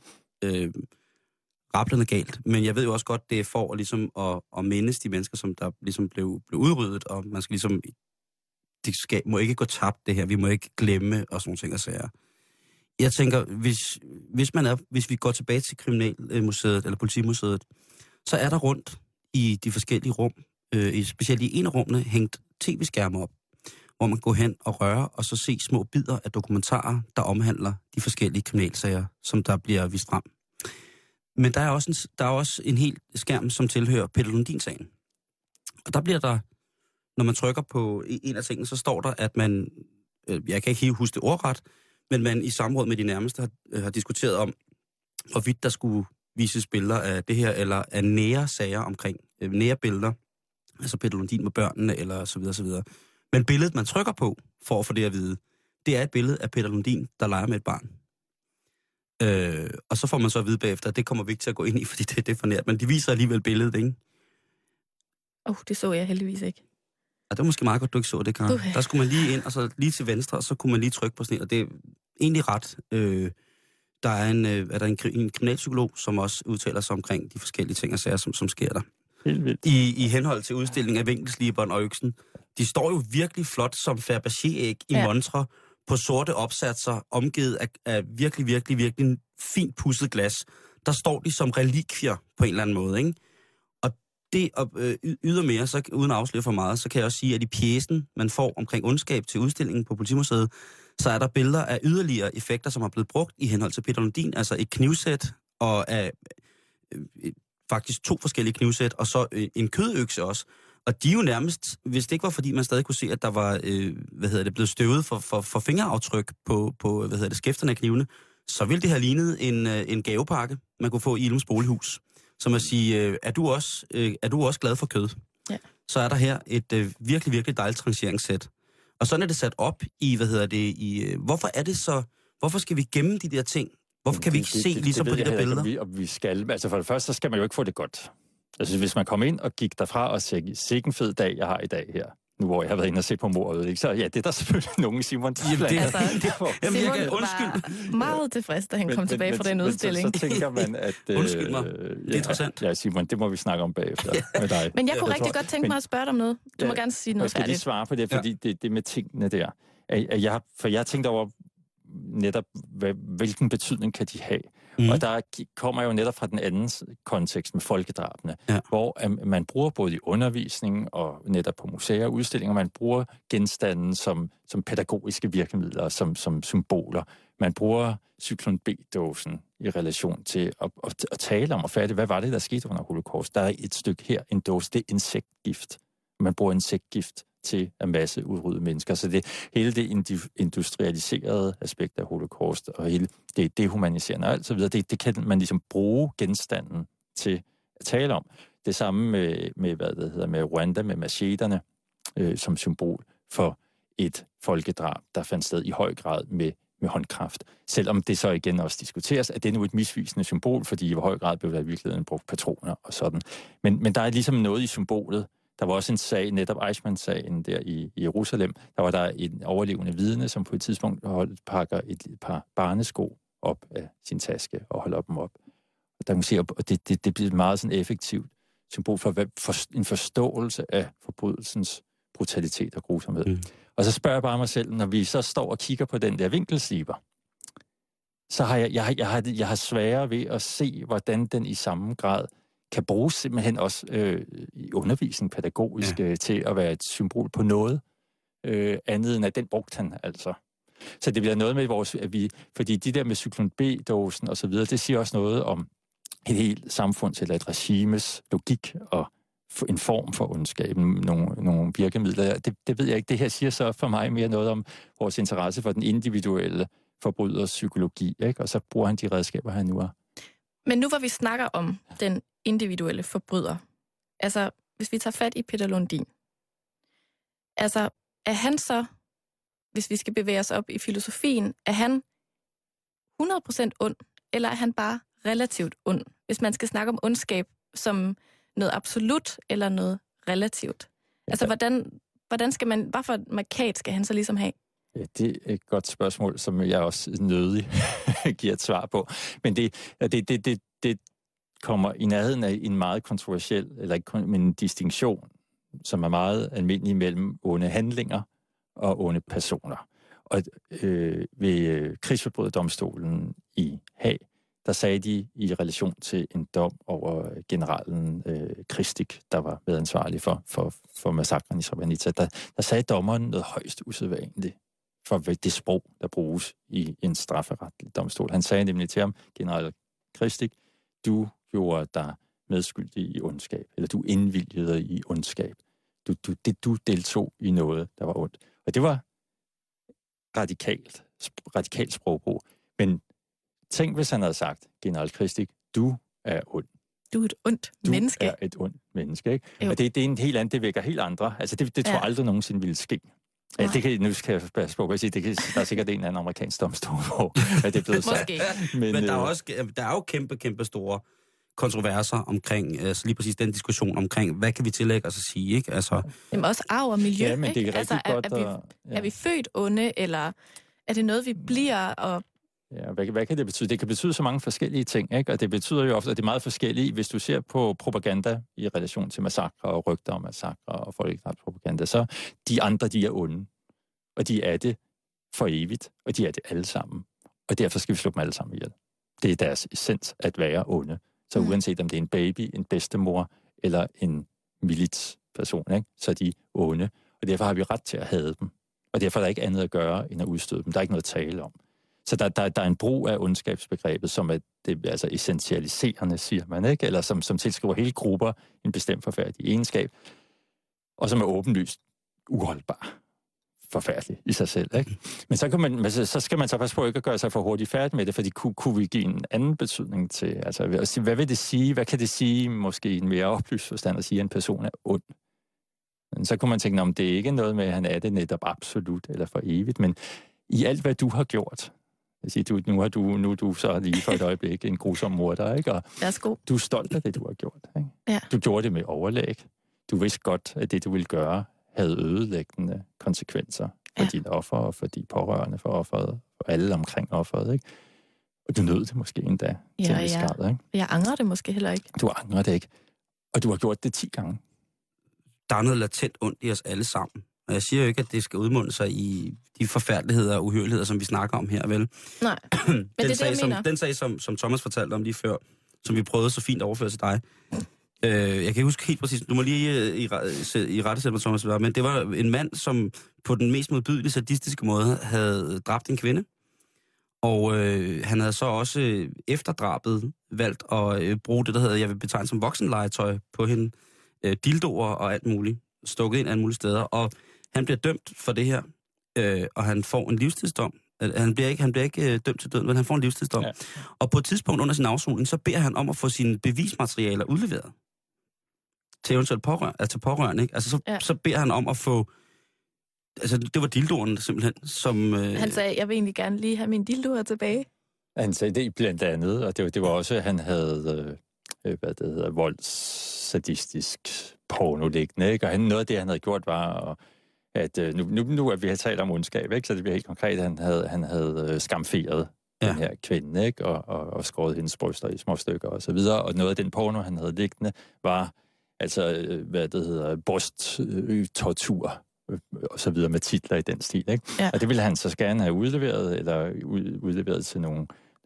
rablende galt. Men jeg ved jo også godt, det er for ligesom at mindes de mennesker, som der ligesom blev udryddet, og man skal ligesom, må ikke gå tabt det her, vi må ikke glemme og sådan nogle ting og sager. Jeg tænker, hvis vi går tilbage til Kriminalmuseet eller Politimuseet, så er der rundt i de forskellige rum, specielt i en af rummene, hængt tv-skærme op, hvor man går hen og rører, og så se små bidder af dokumentarer, der omhandler de forskellige kriminalsager, som der bliver vist frem. Men der er også en hel skærm, som tilhører Peter Lundin-sagen. Og der bliver der, når man trykker på en af tingene, så står der, at man, jeg kan ikke helt huske det ordret, men man i samråd med de nærmeste har diskuteret om, hvorvidt der skulle vises billeder af det her, eller af nære sager omkring, nære billeder, altså Peter Lundin med børnene, eller så videre, så videre. Men billedet, man trykker på, for at få det at vide, det er et billede af Peter Lundin, der leger med et barn. Og så får man så at vide bagefter, at det kommer vi ikke til at gå ind i, fordi det er for nært. Men de viser alligevel billedet, ikke? Det så jeg heldigvis ikke. Og det var måske meget godt, du ikke så det, Karen. Der skulle man lige ind, og så lige til venstre, og så kunne man lige trykke på sådan en, og det er egentlig ret. Der er en kriminalpsykolog, som også udtaler sig omkring de forskellige ting og sager, som sker der. Helt vildt. I henhold til udstillingen af vinkelsliberen og øksen. De står jo virkelig flot som Fabergé-æg i montre på sorte opsatser, omgivet af virkelig, virkelig, virkelig fint pudset glas. Der står de som relikvier på en eller anden måde, ikke? Og det ydermere, så uden at afsløre for meget, så kan jeg også sige, at i pjecen, man får omkring ondskab til udstillingen på Politimuseet, så er der billeder af yderligere effekter, som har blevet brugt i henhold til Peter Lundin, altså et knivsæt og af faktisk 2 forskellige knivsæt, og så en kødøkse også. Og de er jo nærmest, hvis det ikke var fordi, man stadig kunne se, at der var, blevet støvet for fingeraftryk på skæfterne af knivene, så ville det have lignet en gavepakke, man kunne få i Ilums Bolighus. Som at sige, er du også glad for kød? Ja. Så er der her et virkelig, virkelig dejligt rangeringssæt. Og sådan er det sat op i, hvorfor er det så, hvorfor skal vi gemme de der ting? Hvorfor kan vi ikke se ligesom på de der billeder? Vi skal, altså for det første, så skal man jo ikke få det godt. Altså hvis man kommer ind og gik derfra og siger, sikke fed dag, jeg har i dag her, nu hvor jeg har været inde og set på mordet, ikke? Så ja, det er der selvfølgelig nogen Simon. Simon var meget tilfreds, da han kom tilbage fra den udstilling. Så tænker man, at... Undskyld mig, det er interessant. Ja, Simon, det må vi snakke om bagefter med dig. Men jeg kunne rigtig godt tænke mig at spørge dig om noget. Du må gerne sige noget færdigt. Jeg skal lige svare på det, fordi det med tingene der. For jeg tænkte over netop, hvilken betydning kan de have? Og der kommer jo netop fra den anden kontekst med folkedrabene, hvor man bruger både i undervisning og netop på museer og udstillinger, man bruger genstanden som pædagogiske virkemidler, som symboler. Man bruger cyklon B-dåsen i relation til at tale om og fatte, hvad var det, der skete under holocaust? Der er et stykke her, en dåse, det er insektgift. Man bruger insektgift til at masseudrydde mennesker. Så hele det industrialiserede aspekt af holocaust og hele det dehumaniserende og alt så videre, det kan man ligesom bruge genstanden til at tale om. Det samme med Rwanda, med macheterne som symbol for et folkedrab, der fandt sted i høj grad med håndkraft. Selvom det så igen også diskuteres, at det er nu et misvisende symbol, fordi i hvor høj grad blev der i virkeligheden brugt patroner og sådan. Men der er ligesom noget i symbolet. Der var også en sag, netop Eichmann-sagen der i Jerusalem, der var der en overlevende vidne, som på et tidspunkt pakker et par barnesko op af sin taske og holder dem op. Og der kan man sige, at det bliver meget sådan effektivt symbol for en forståelse af forbrydelsens brutalitet og grusomhed. Mm. Og så spørger jeg bare mig selv, når vi så står og kigger på den der vinkelsliber, så har jeg har sværere ved at se, hvordan den i samme grad kan bruges simpelthen også i undervisning pædagogisk til at være et symbol på noget andet end at den brugte han altså. Så det bliver noget med vores, fordi de der med cyklon B-dåsen og så videre, det siger også noget om et helt samfunds eller et regimes logik og en form for ondskaben, nogle virkemidler. Det ved jeg ikke. Det her siger så for mig mere noget om vores interesse for den individuelle forbryders psykologi, ikke? Og så bruger han de redskaber, han nu har. Men nu hvor vi snakker om den individuelle forbryder, altså hvis vi tager fat i Peter Lundin, altså er han så, hvis vi skal bevæge os op i filosofien, er han 100% ond, eller er han bare relativt ond? Hvis man skal snakke om ondskab som noget absolut eller noget relativt. Altså hvordan skal man, hvad for et markat skal han så ligesom have? Ja, det er et godt spørgsmål, som jeg også nødig giver et svar på. Men det kommer i nærheden af en meget kontroversiel, eller ikke men en distinktion, som er meget almindelig mellem onde handlinger og onde personer. Og ved krigsforbryderdomstolen i Haag, der sagde de i relation til en dom over generalen Kristik, der var medansvarlig for massakren i Srebrenica, der sagde dommeren noget højst usædvanligt for det sprog, der bruges i en strafferetlig domstol. Han sagde nemlig til ham, general Kristik, du gjorde dig medskyldig i ondskab, eller du indvilgede i ondskab. Du deltog i noget, der var ondt. Og det var radikalt sprogbrug. Men tænk, hvis han havde sagt, general Kristik, du er ond. Du er et ondt menneske. Du er et ondt menneske, ikke? Jo. Og det er en helt anden, det vækker helt andre. Altså, det tror jeg aldrig nogensinde ville ske. Ja, nu skal jeg passe på, at sige, der er sikkert en eller anden amerikansk domstol, hvor det er blevet sagt. Men der er jo kæmpe store kontroverser omkring lige præcis den diskussion omkring, hvad kan vi tillægge os at sige, ikke? Altså, jamen også arv og miljø, ja, men det er ikke? Altså, er vi født onde, eller er det noget, vi bliver? Og ja, hvad kan det betyde? Det kan betyde så mange forskellige ting, ikke? Og det betyder jo ofte, at det er meget forskelligt. Hvis du ser på propaganda i relation til massakre og rygter om massakre og folkedrabspropaganda, så de andre, de er onde. Og de er det for evigt, og de er det alle sammen. Og derfor skal vi slå dem alle sammen ihjel. Det er deres essens at være onde. Så uanset om det er en baby, en bedstemor eller en militsperson, ikke? Så er de onde. Og derfor har vi ret til at hade dem. Og derfor er der ikke andet at gøre, end at udstøde dem. Der er ikke noget at tale om. Så der er en brug af ondskabsbegrebet, som er det, altså essentialiserende, siger man, ikke? Eller som tilskriver hele grupper en bestemt forfærdelig egenskab, og som er åbenlyst uholdbar. Forfærdelig i sig selv, ikke? Men så skal man så passe på ikke at gøre sig for hurtigt færdig med det, fordi kunne vi give en anden betydning til, altså hvad vil det sige, hvad kan det sige, måske en mere oplyst forstand at sige, at en person er ond. Men så kunne man tænke, om det er ikke noget med, at han er det netop absolut eller for evigt, men i alt, hvad du har gjort, nu er du så lige for et øjeblik en grusom morder, ikke? Og værsgo. Du er stolt af det, du har gjort, ikke? Ja. Du gjorde det med overlæg. Du vidste godt, at det, du ville gøre, havde ødelæggende konsekvenser for dine offer og for de pårørende for offeret, og alle omkring offeret, ikke? Og du nød det måske endda til en vis grad, ikke? Jeg angrer det måske heller ikke. Du angrer det ikke. Og du har gjort det 10 gange. Der er noget latent ondt i os alle sammen. Og jeg siger jo ikke, at det skal udmunde sig i de forfærdeligheder og uhyrligheder, som vi snakker om her, vel? Nej, men det er det, jeg mener. Den sag, som Thomas fortalte om lige før, som vi prøvede så fint at overføre til dig. Jeg kan huske helt præcis, du må lige i rette sætte mig, Thomas, men det var en mand, som på den mest modbydelige, sadistiske måde havde dræbt en kvinde. Og han havde så også efter drabet valgt at bruge det, der hedder, jeg vil betegne som voksenlegetøj på hende, dildoer og alt muligt, stukket ind alle mulige steder. Og han bliver dømt for det her, og han får en livstidsdom. Han bliver ikke dømt til døden, men han får en livstidsdom. Ja. Og på et tidspunkt under sin afsoning, så beder han om at få sine bevismaterialer udleveret. Til eventuelt pårørende, ikke? Altså, så beder han om at få... Altså, det var dildoerne simpelthen, som... Han sagde, jeg vil egentlig gerne lige have mine dildoer tilbage. Han sagde det blandt andet, og det var også, at han havde, voldssadistisk porno liggende, ikke? Og noget af det, han havde gjort, var, at nu at vi har talt om ondskab, ikke? Så det bliver helt konkret, han havde skamferet den her kvinde, ikke? Og skåret hendes bryster i små stykker og så videre. Og noget af den porno, han havde liggende, var brysttortur og så videre med titler i den stil, ikke? Ja. Og det ville han så gerne have udleveret, eller udleveret til nogle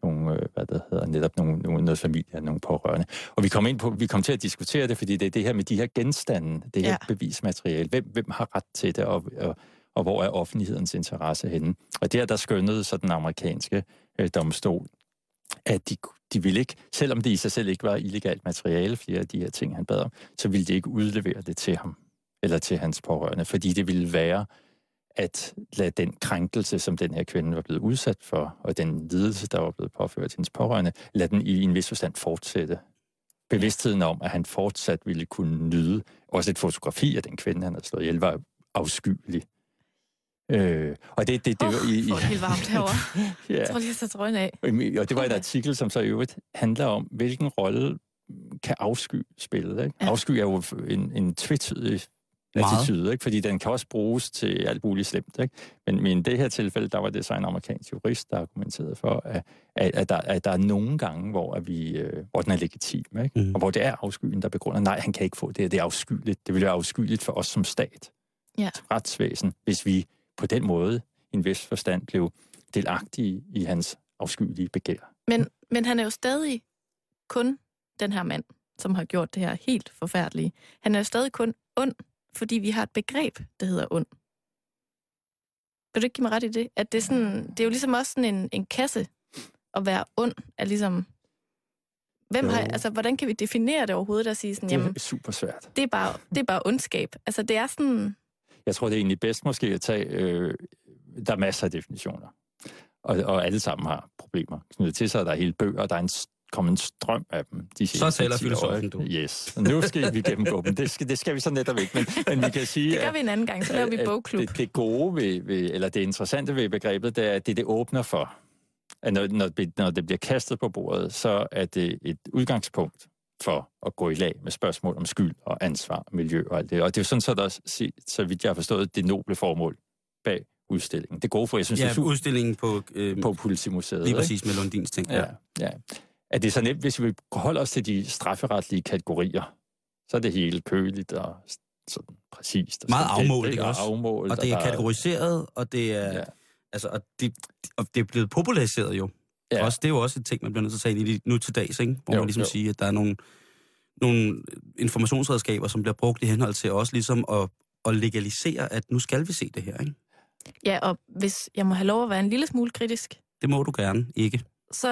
noget familie, nogle pårørende. Og vi kom til at diskutere det, fordi det er det her med de her genstande, det her bevismateriale. Hvem har ret til det, og hvor er offentlighedens interesse henne? Og der skønnede så den amerikanske domstol, at de ville ikke, selvom det i sig selv ikke var illegalt materiale, flere af de her ting, han bad om, så ville de ikke udlevere det til ham, eller til hans pårørende, fordi det ville være at lade den krænkelse, som den her kvinde var blevet udsat for, og den lidelse, der var blevet påført til hendes pårørende, lade den i en vis forstand fortsætte. Bevidstheden om, at han fortsat ville kunne nyde, også et fotografi af den kvinde, han havde slået ihjel, var afskyelig. Og det var i... Får det helt varmt herovre. Ja. Jeg tror lige, jeg tager trøjen af. Og det var et artikel, som så i øvrigt handler om, hvilken rolle kan afsky spille. Ikke? Ja. Afsky er jo en tvetydig attitude, ikke? Fordi den kan også bruges til alt muligt slemt. Ikke? Men i det her tilfælde, der var det så en amerikansk jurist, der argumenterede for, at der er nogle gange, hvor den er legitim, ikke? Og hvor det er afskyen, der begrunder, nej, han kan ikke få det, det er afskyeligt. Det ville være afskyeligt for os som stat, som retsvæsen, hvis vi på den måde, i en vis forstand, blev delagtige i hans afskyelige begær. Men han er jo stadig kun den her mand, som har gjort det her helt forfærdelige. Han er jo stadig kun ond, fordi vi har et begreb, der hedder ond. Vil du ikke give mig ret i det? At det er jo ligesom også sådan en kasse at være ond, er ligesom... hvordan kan vi definere det overhovedet at sige sådan, jamen... Det er super svært. Det er bare ondskab. Altså, det er sådan... Jeg tror, det er egentlig bedst måske at tage... der er masser af definitioner. Og alle sammen har problemer. Knyttet til sig, der er hele bøger, der er kommet en strøm af dem. Så taler filosofen, du. Yes. Nu skal vi gennemgå dem. Det skal vi så netop ikke. Men vi kan sige... Det gør vi en anden gang, så laver vi bogklub. Det gode eller det interessante ved begrebet, det er, at det åbner for. At når det bliver kastet på bordet, så er det et udgangspunkt for at gå i lag med spørgsmål om skyld og ansvar, miljø og alt det. Og det er jo sådan, så vidt jeg har forstået, det noble formål bag udstillingen. Det gode for, jeg synes, det er udstillingen på Politimuseet. Lige præcis med Lundins ting. Ja. At det er så nemt, hvis vi holder os til de strafferetlige kategorier, så er det hele køligt og sådan præcist. Og meget afmålt, ikke også? Og det er kategoriseret, og det er... Ja. Altså, og det er blevet populariseret jo. Ja. Også, det er jo også et ting, man bliver nødt til at tage ind i nu til dags, ikke? Hvor man ligesom siger, at der er nogle informationsredskaber, som bliver brugt i henhold til også ligesom at legalisere, at nu skal vi se det her, ikke? Ja, og hvis jeg må have lov at være en lille smule kritisk... Det må du gerne, ikke? Så...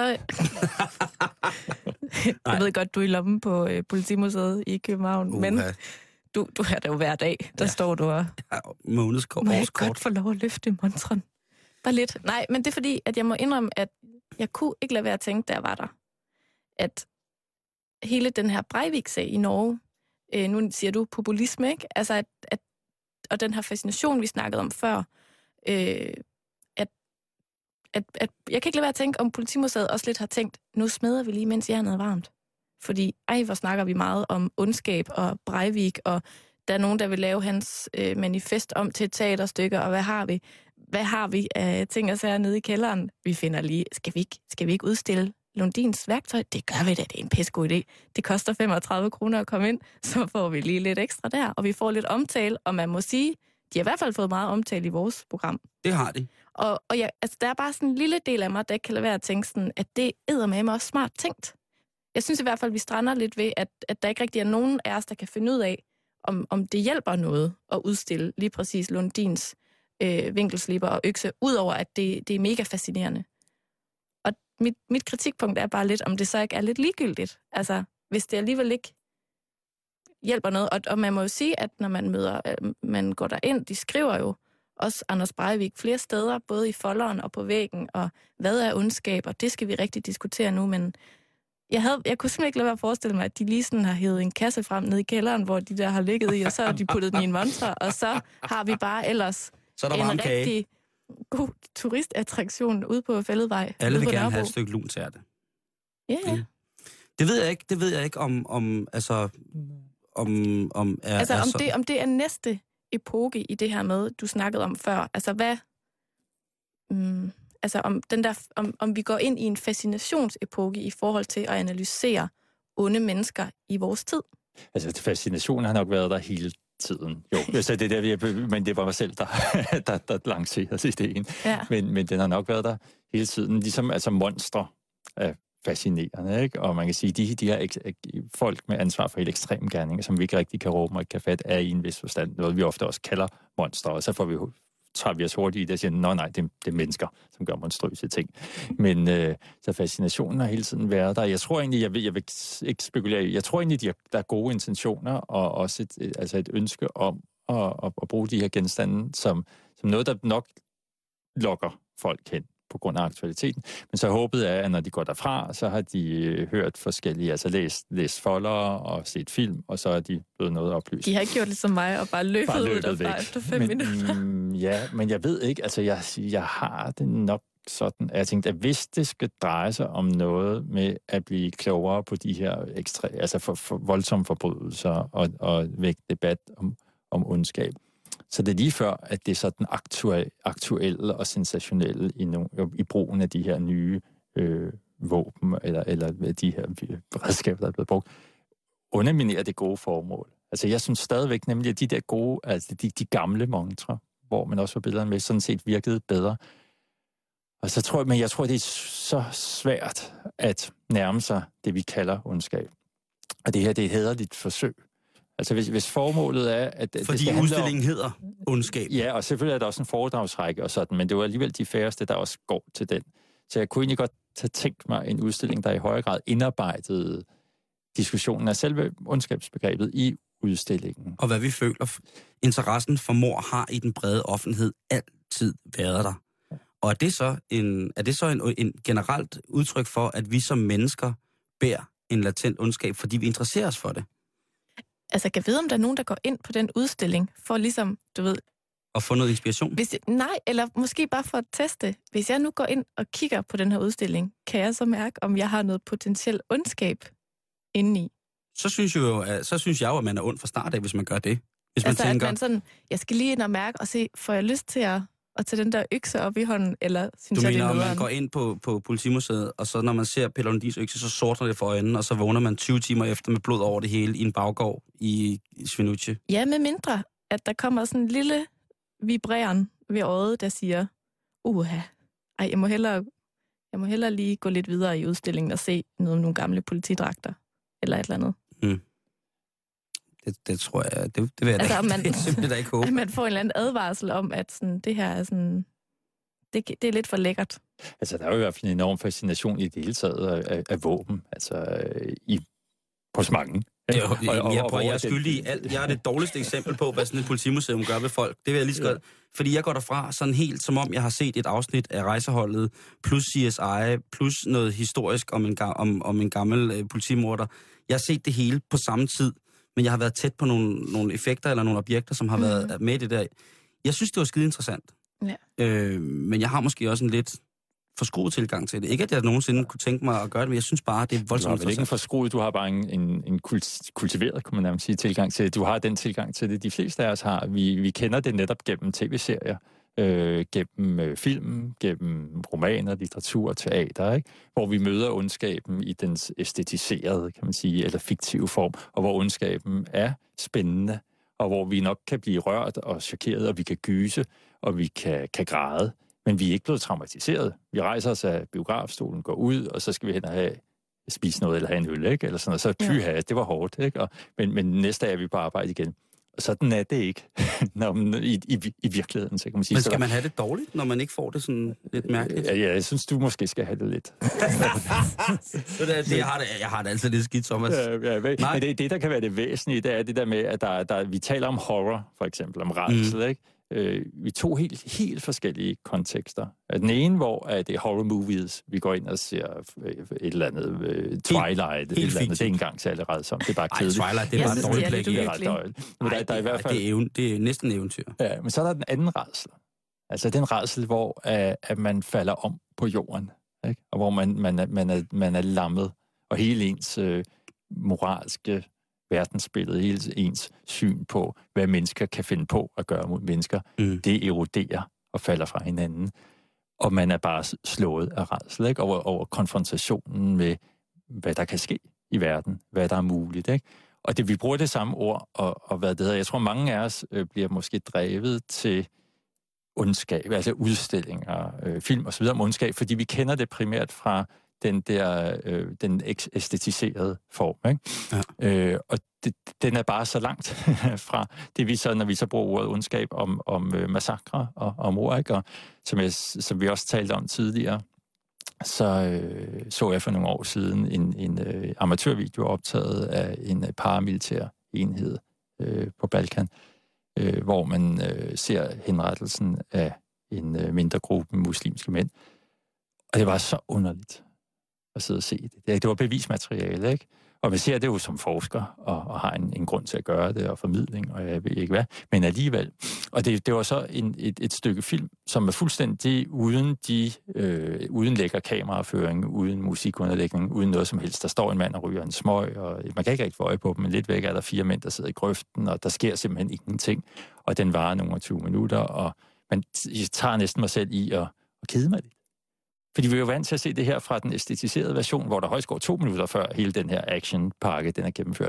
jeg ved godt, du er i lommen på Politimuseet i København, men du er der jo hver dag. Der står du og... Ja, månedskort. Må jeg godt få lov at løfte montren? Bare lidt. Nej, men det er fordi, at jeg må indrømme, at jeg kunne ikke lade være at tænke, da jeg var der, at hele den her Breivik-sag i Norge, nu siger du populisme, ikke? Altså, og den her fascination, vi snakkede om før, at jeg kan ikke lade være at tænke, om Politimuseet også lidt har tænkt, nu smider vi lige, mens jernet er varmt. Fordi, hvor snakker vi meget om ondskab og Breivik, og der er nogen, der vil lave hans manifest om til et teaterstykke, og hvad har vi af ting og sager nede i kælderen? Vi finder lige, skal vi ikke udstille Lundins værktøj? Det gør vi da, det er en pissegod idé. Det koster 35 kroner at komme ind, så får vi lige lidt ekstra der, og vi får lidt omtale, og man må sige, de har i hvert fald fået meget omtale i vores program. Det har de. Og der er bare sådan en lille del af mig, der ikke kan lade være at tænke sådan, at det eddermame også smart tænkt. Jeg synes i hvert fald, vi strander lidt ved, at der ikke rigtig er nogen af os, der kan finde ud af, om det hjælper noget at udstille lige præcis Lundins vinkelslipper og økse, udover at det er mega fascinerende. Og mit kritikpunkt er bare lidt, om det så ikke er lidt ligegyldigt. Altså, hvis det alligevel ikke hjælper noget. Og man må jo sige, at når man går derind, de skriver jo også Anders Breivik flere steder, både i folderen og på væggen, og hvad er ondskab, og det skal vi rigtig diskutere nu, men jeg kunne simpelthen ikke lade være at forestille mig, at de lige sådan har hævet en kasse frem ned i kælderen, hvor de der har ligget i, og så har de puttet den i en montre, og så har vi bare ellers så en rigtig god turistattraktion ude på Fælledvej. Alle vil gerne have et stykke luntærte. Ja. Yeah. Det ved jeg ikke om det er næste epoke i det her med, du snakkede om før. Altså Altså om vi går ind i en fascinationsepoke i forhold til at analysere onde mennesker i vores tid. Altså, fascinationen har nok været der hele tiden. Jo, så det der, men det var mig selv, der lancerede ideen. Ja. Men den har nok været der hele tiden. Ligesom altså monstre er fascinerende, ikke? Og man kan sige, de her folk med ansvar for helt ekstreme gerninger, som vi ikke rigtig kan råbe og ikke kan fatte, er i en vis forstand noget, vi ofte også kalder monstre. Og så tager vi os hurtigt i det og siger, nej, det er mennesker, som gør monstrøse ting. Men så fascinationen har hele tiden været der. Jeg tror egentlig, jeg vil ikke spekulere i, jeg tror egentlig, der er gode intentioner, og også et ønske om at bruge de her genstande som noget, der nok lokker folk hen på grund af aktualiteten. Men så håbet er, at når de går derfra, så har de hørt forskellige, altså læst foldere og set film, og så er de blevet noget oplyst. De har ikke gjort det som mig og bare løbet ud derfra efter 5 minutter. Ja, men jeg ved ikke, altså jeg har det nok sådan, at jeg tænkte, at hvis det skal dreje sig om noget med at blive klogere på de her altså for voldsomme forbrydelser og vække debat om ondskab, så det er lige før, at det er sådan aktuelle og sensationelle i brugen af de her nye våben, eller de her redskaber, der er blevet brugt, underminerer det gode formål. Altså jeg synes stadigvæk nemlig, at de der gode, altså de gamle montrer, hvor man også var billederne med, sådan set virkede bedre. Og så tror jeg, det er så svært at nærme sig det, vi kalder ondskab. Og det her, det er et hæderligt forsøg. Altså hvis formålet er, at fordi det udstillingen hedder ondskab. Ja, og selvfølgelig er der også en foredragsrække og sådan, men det var alligevel de færreste, der også går til den. Så jeg kunne egentlig godt have tænkt mig en udstilling, der i højere grad indarbejdede diskussionen af selve ondskabsbegrebet i udstillingen. Og hvad vi føler, interessen for mord har i den brede offentlighed altid været der. Og er det så en generelt udtryk for, at vi som mennesker bærer en latent ondskab, fordi vi interesserer os for det? Altså, kan jeg vide, om der er nogen, der går ind på den udstilling, for ligesom, du ved... Og få noget inspiration? Nej, eller måske bare for at teste. Hvis jeg nu går ind og kigger på den her udstilling, kan jeg så mærke, om jeg har noget potentielt ondskab indeni? Så synes jeg jo, at man er ond fra start af, hvis man gør det. Hvis altså, man tænker, at man sådan, jeg skal lige ind og mærke og se, får jeg lyst til at tage den der økse op i hånden, eller synes jeg, det er Du mener, nederen? at man går ind på politimuseet, og så når man ser Pelle Lundins økse, så sortner det for øjnene, og så vågner man 20 timer efter med blod over det hele i en baggård i Svinucci. Ja, med mindre, at der kommer sådan en lille vibreren ved øjet, der siger, jeg må hellere lige gå lidt videre i udstillingen og se noget om nogle gamle politidragter, eller et eller andet. Mm. Det tror jeg, det vil jeg altså, det er simpelthen da ikke håbe. At man får en eller anden advarsel om, at sådan, det her er sådan, det er lidt for lækkert. Altså, der er jo i hvert fald en enorm fascination i det hele taget af våben, altså på så mange. Jeg er skyldig i alt. Jeg er det dårligste eksempel på, hvad sådan et politimuseum gør ved folk. Det vil jeg lige så godt. Fordi jeg går derfra sådan helt, som om jeg har set et afsnit af Rejseholdet, plus CSI, plus noget historisk om en gammel politimorder. Jeg har set det hele på samme tid, men jeg har været tæt på nogle effekter eller nogle objekter, som har været med i det der. Jeg synes, det var skide interessant. Ja. Men jeg har måske også en lidt forskruet tilgang til det. Ikke, at jeg nogensinde kunne tænke mig at gøre det, men jeg synes bare, det er voldsomt interessant. Du har vel ikke en forskruet, du har bare en kultiveret, kunne man nærmest sige, tilgang til det. Du har den tilgang til det, de fleste af os har. Vi kender det netop gennem tv-serier, gennem film, gennem romaner, litteratur, teater, ikke? Hvor vi møder ondskaben i dens æstetiserede, kan man sige, eller fiktive form, og hvor ondskaben er spændende, og hvor vi nok kan blive rørt og chokeret, og vi kan gyse, og vi kan græde. Men vi er ikke blevet traumatiseret. Vi rejser os af biografstolen, går ud, og så skal vi hen og spise noget, eller have en øl, ikke? Eller sådan noget. Så det var hårdt, ikke? Men næste dag er vi på arbejde igen. Og sådan er det ikke i virkeligheden, så kan man sige. Men skal man have det dårligt, når man ikke får det sådan lidt mærkeligt? Ja, jeg synes, du måske skal have det lidt. Jeg har det altid lidt skidt, Thomas. Men det, der kan være det væsentlige, det er det der med, at vi taler om horror, for eksempel, om rædsel, ikke? Vi tog helt forskellige kontekster. Den ene, hvor det er horror movies, vi går ind og ser et eller andet Twilight, et eller andet. Det er ikke engang særlig rædsomt. Det er bare kedeligt. Twilight, det er bare dårligt blik. Det er ret dårligt. Men der er i hvert fald... det er næsten eventyr. Ja, men så er der den anden rædsel. Altså den rædsel, hvor at man falder om på jorden, ikke? Og hvor man er lammet, og hele ens moralske verdensbillede, hele ens syn på, hvad mennesker kan finde på at gøre mod mennesker, det eroderer og falder fra hinanden. og man er bare slået af rædsel, ikke? Over konfrontationen med, hvad der kan ske i verden, hvad der er muligt, ikke? Og vi bruger det samme ord, og hvad det hedder. Jeg tror, mange af os bliver måske drevet til ondskab, altså udstillinger, film og så videre om ondskab, fordi vi kender det primært fra den æstetiserede form, ikke? Ja. Og den er bare så langt fra det, vi så, når vi så bruger ordet ondskab om massakre og mord, ikke? Og som vi også talte om tidligere, så jeg for nogle år siden en amatørvideo optaget af en paramilitær enhed på Balkan, hvor man ser henrettelsen af en mindre gruppe muslimske mænd. Og det var så underligt at sidde og se det. Det var bevismateriale, ikke? Og vi ser det jo som forsker, og har en grund til at gøre det, og formidling, og jeg ved ikke hvad, men alligevel. Og det var så et stykke film, som er fuldstændig uden lækker kameraføring, uden musikunderlægning, uden noget som helst. Der står en mand og ryger en smøg, og man kan ikke rigtig få øje på dem, men lidt væk er der 4 mænd, der sidder i grøften, og der sker simpelthen ingenting. Og den varer nogle 20 minutter, og man tager næsten mig selv i at kede mig lidt. Fordi vi er jo vant til at se det her fra den æstetiserede version, hvor der højst går 2 minutter før hele den her actionpakke, den er gennemført.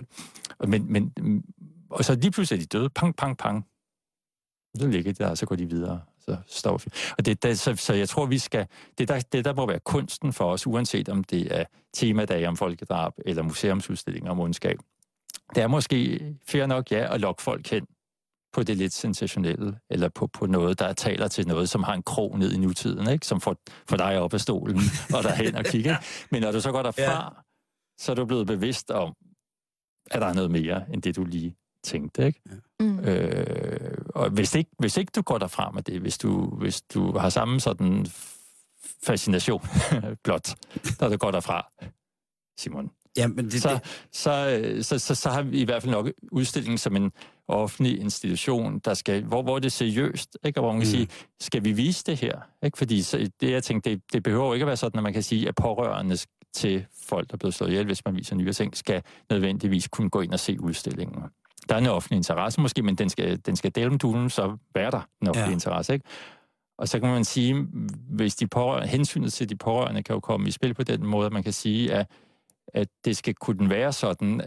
Og så lige pludselig er de døde. Pang, pang, pang. Så ligger de der, og så går de videre. Så står vi. Og så jeg tror, vi skal... Det der må være kunsten for os, uanset om det er temadage om folkedrab, eller museumsudstillinger om ondskab. Det er måske fair nok, ja, at lokke folk hen på det lidt sensationelle, eller på noget, der taler til noget, som har en krog ned i nutiden, ikke? Som får dig op af stolen, og derhen og kigger. Men når du så går derfra, så er du blevet bevidst om, at der er noget mere, end det du lige tænkte, ikke? Og hvis ikke du går derfra med det, hvis du har samme sådan fascination blot, når du går derfra, Simon, ja, men så har vi i hvert fald nok udstillingen som en offentlig institution, der skal, hvor det er seriøst, ikke? Og hvor man kan sige, skal vi vise det her? Ikke? Fordi det, jeg tænkte, det behøver ikke at være sådan, at man kan sige, at pårørende til folk, der er blevet slået ihjel, hvis man viser nye ting, skal nødvendigvis kunne gå ind og se udstillingen. Der er en offentlig interesse måske, men den skal delumdulen så være der, en offentlig interesse, ikke? Og så kan man sige, hvis hensynet til de pårørende kan jo komme i spil på den måde, at man kan sige, at det skal kunne være sådan,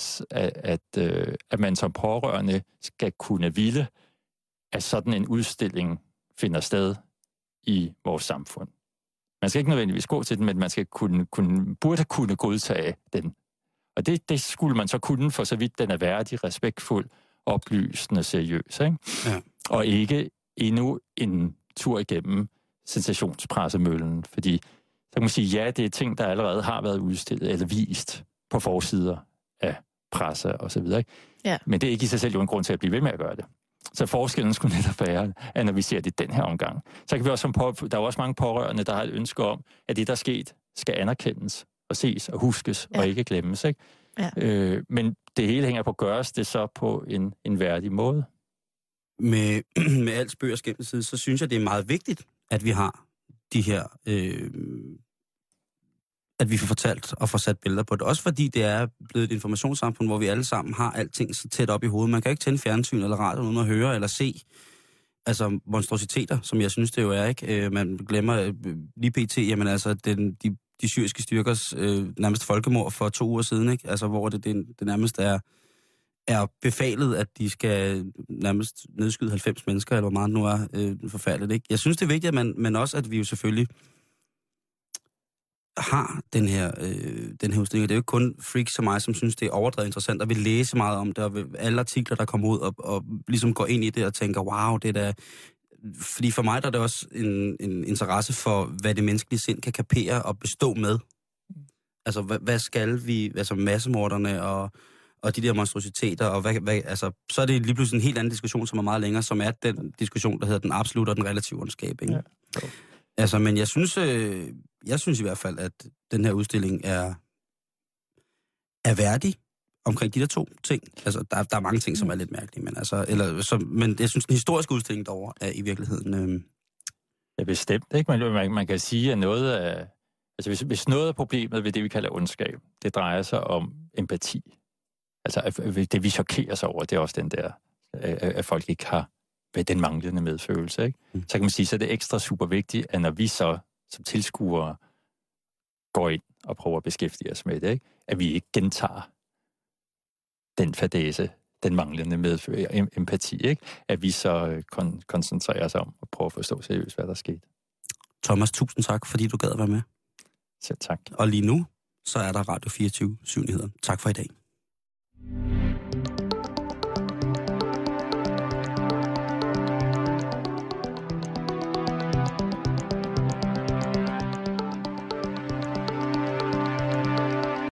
at man som pårørende skal kunne ville, at sådan en udstilling finder sted i vores samfund. Man skal ikke nødvendigvis gå til den, men man skal burde kunne godtage den. Og det skulle man så kunne, for så vidt den er værdig, respektfuld, oplysende, seriøs, ikke? Ja. Og ikke endnu en tur igennem sensationspressemøllen, fordi så kan man sige, ja, det er ting, der allerede har været udstillet eller vist på forsider af presse og så videre, ikke? Ja. Men det er ikke i sig selv jo en grund til at blive ved med at gøre det. Så forskellen skulle netop være, at når vi ser det i den her omgang, så kan vi også der er også mange pårørende, der har et ønske om, at det, der er sket, skal anerkendes og ses og huskes og ikke glemmes, ikke? Ja. Men det hele hænger på, gøres det så på en værdig måde. Med alt spøg og skæmmelsid, så synes jeg, det er meget vigtigt, at vi har de her, at vi får fortalt og får sat billeder på det. Også fordi det er blevet et informationssamfund, hvor vi alle sammen har alting så tæt op i hovedet. Man kan ikke tænde fjernsyn eller radio uden at høre eller se altså monstrositeter, som jeg synes, det jo er, ikke? Man glemmer lige pt. Jamen altså, de syriske styrkers nærmest folkemord for 2 uger siden, ikke? Altså, hvor det nærmest er befalet, at de skal nærmest nedskyde 90 mennesker, eller hvor meget nu er forfærdeligt, ikke? Jeg synes, det er vigtigt, men også, at vi jo selvfølgelig har den her udstilling. Det er jo ikke kun freaks som mig, som synes, det er overdrevet interessant, og vil læse meget om det, og alle artikler, der kommer ud, og ligesom går ind i det og tænker, wow, det er da... Fordi for mig der er det også en interesse for, hvad det menneskelige sind kan kapere og bestå med. Altså, hvad skal vi... Altså, massemorderne og de der monstrositeter, og altså, så er det lige pludselig en helt anden diskussion, som er meget længere, som er den diskussion, der hedder den absolutte og den relative ondskab, ikke? Ja. Altså, men jeg synes i hvert fald, at den her udstilling er værdig omkring de der 2 ting. Altså, der er mange ting, som er lidt mærkelige, men men jeg synes, den historiske udstilling derovre er i virkeligheden... Ja, bestemt, ikke? Man kan sige, at noget af... Altså, hvis noget af problemet ved det, vi kalder ondskab, det drejer sig om empati. Altså, det vi chokerer sig over, det er også den der, at folk ikke har ved den manglende medfølelse. Ikke? Så kan man sige, så er det ekstra super vigtigt, at når vi så som tilskuere går ind og prøver at beskæftige os med det, ikke? At vi ikke gentager den fadæse, den manglende empati, ikke? At vi så koncentrerer os om at prøve at forstå seriøst, hvad der skete. Thomas, tusind tak, fordi du gad at være med. Selv tak. Og lige nu, så er der Radio 24 7 nyheder. Tak for i dag.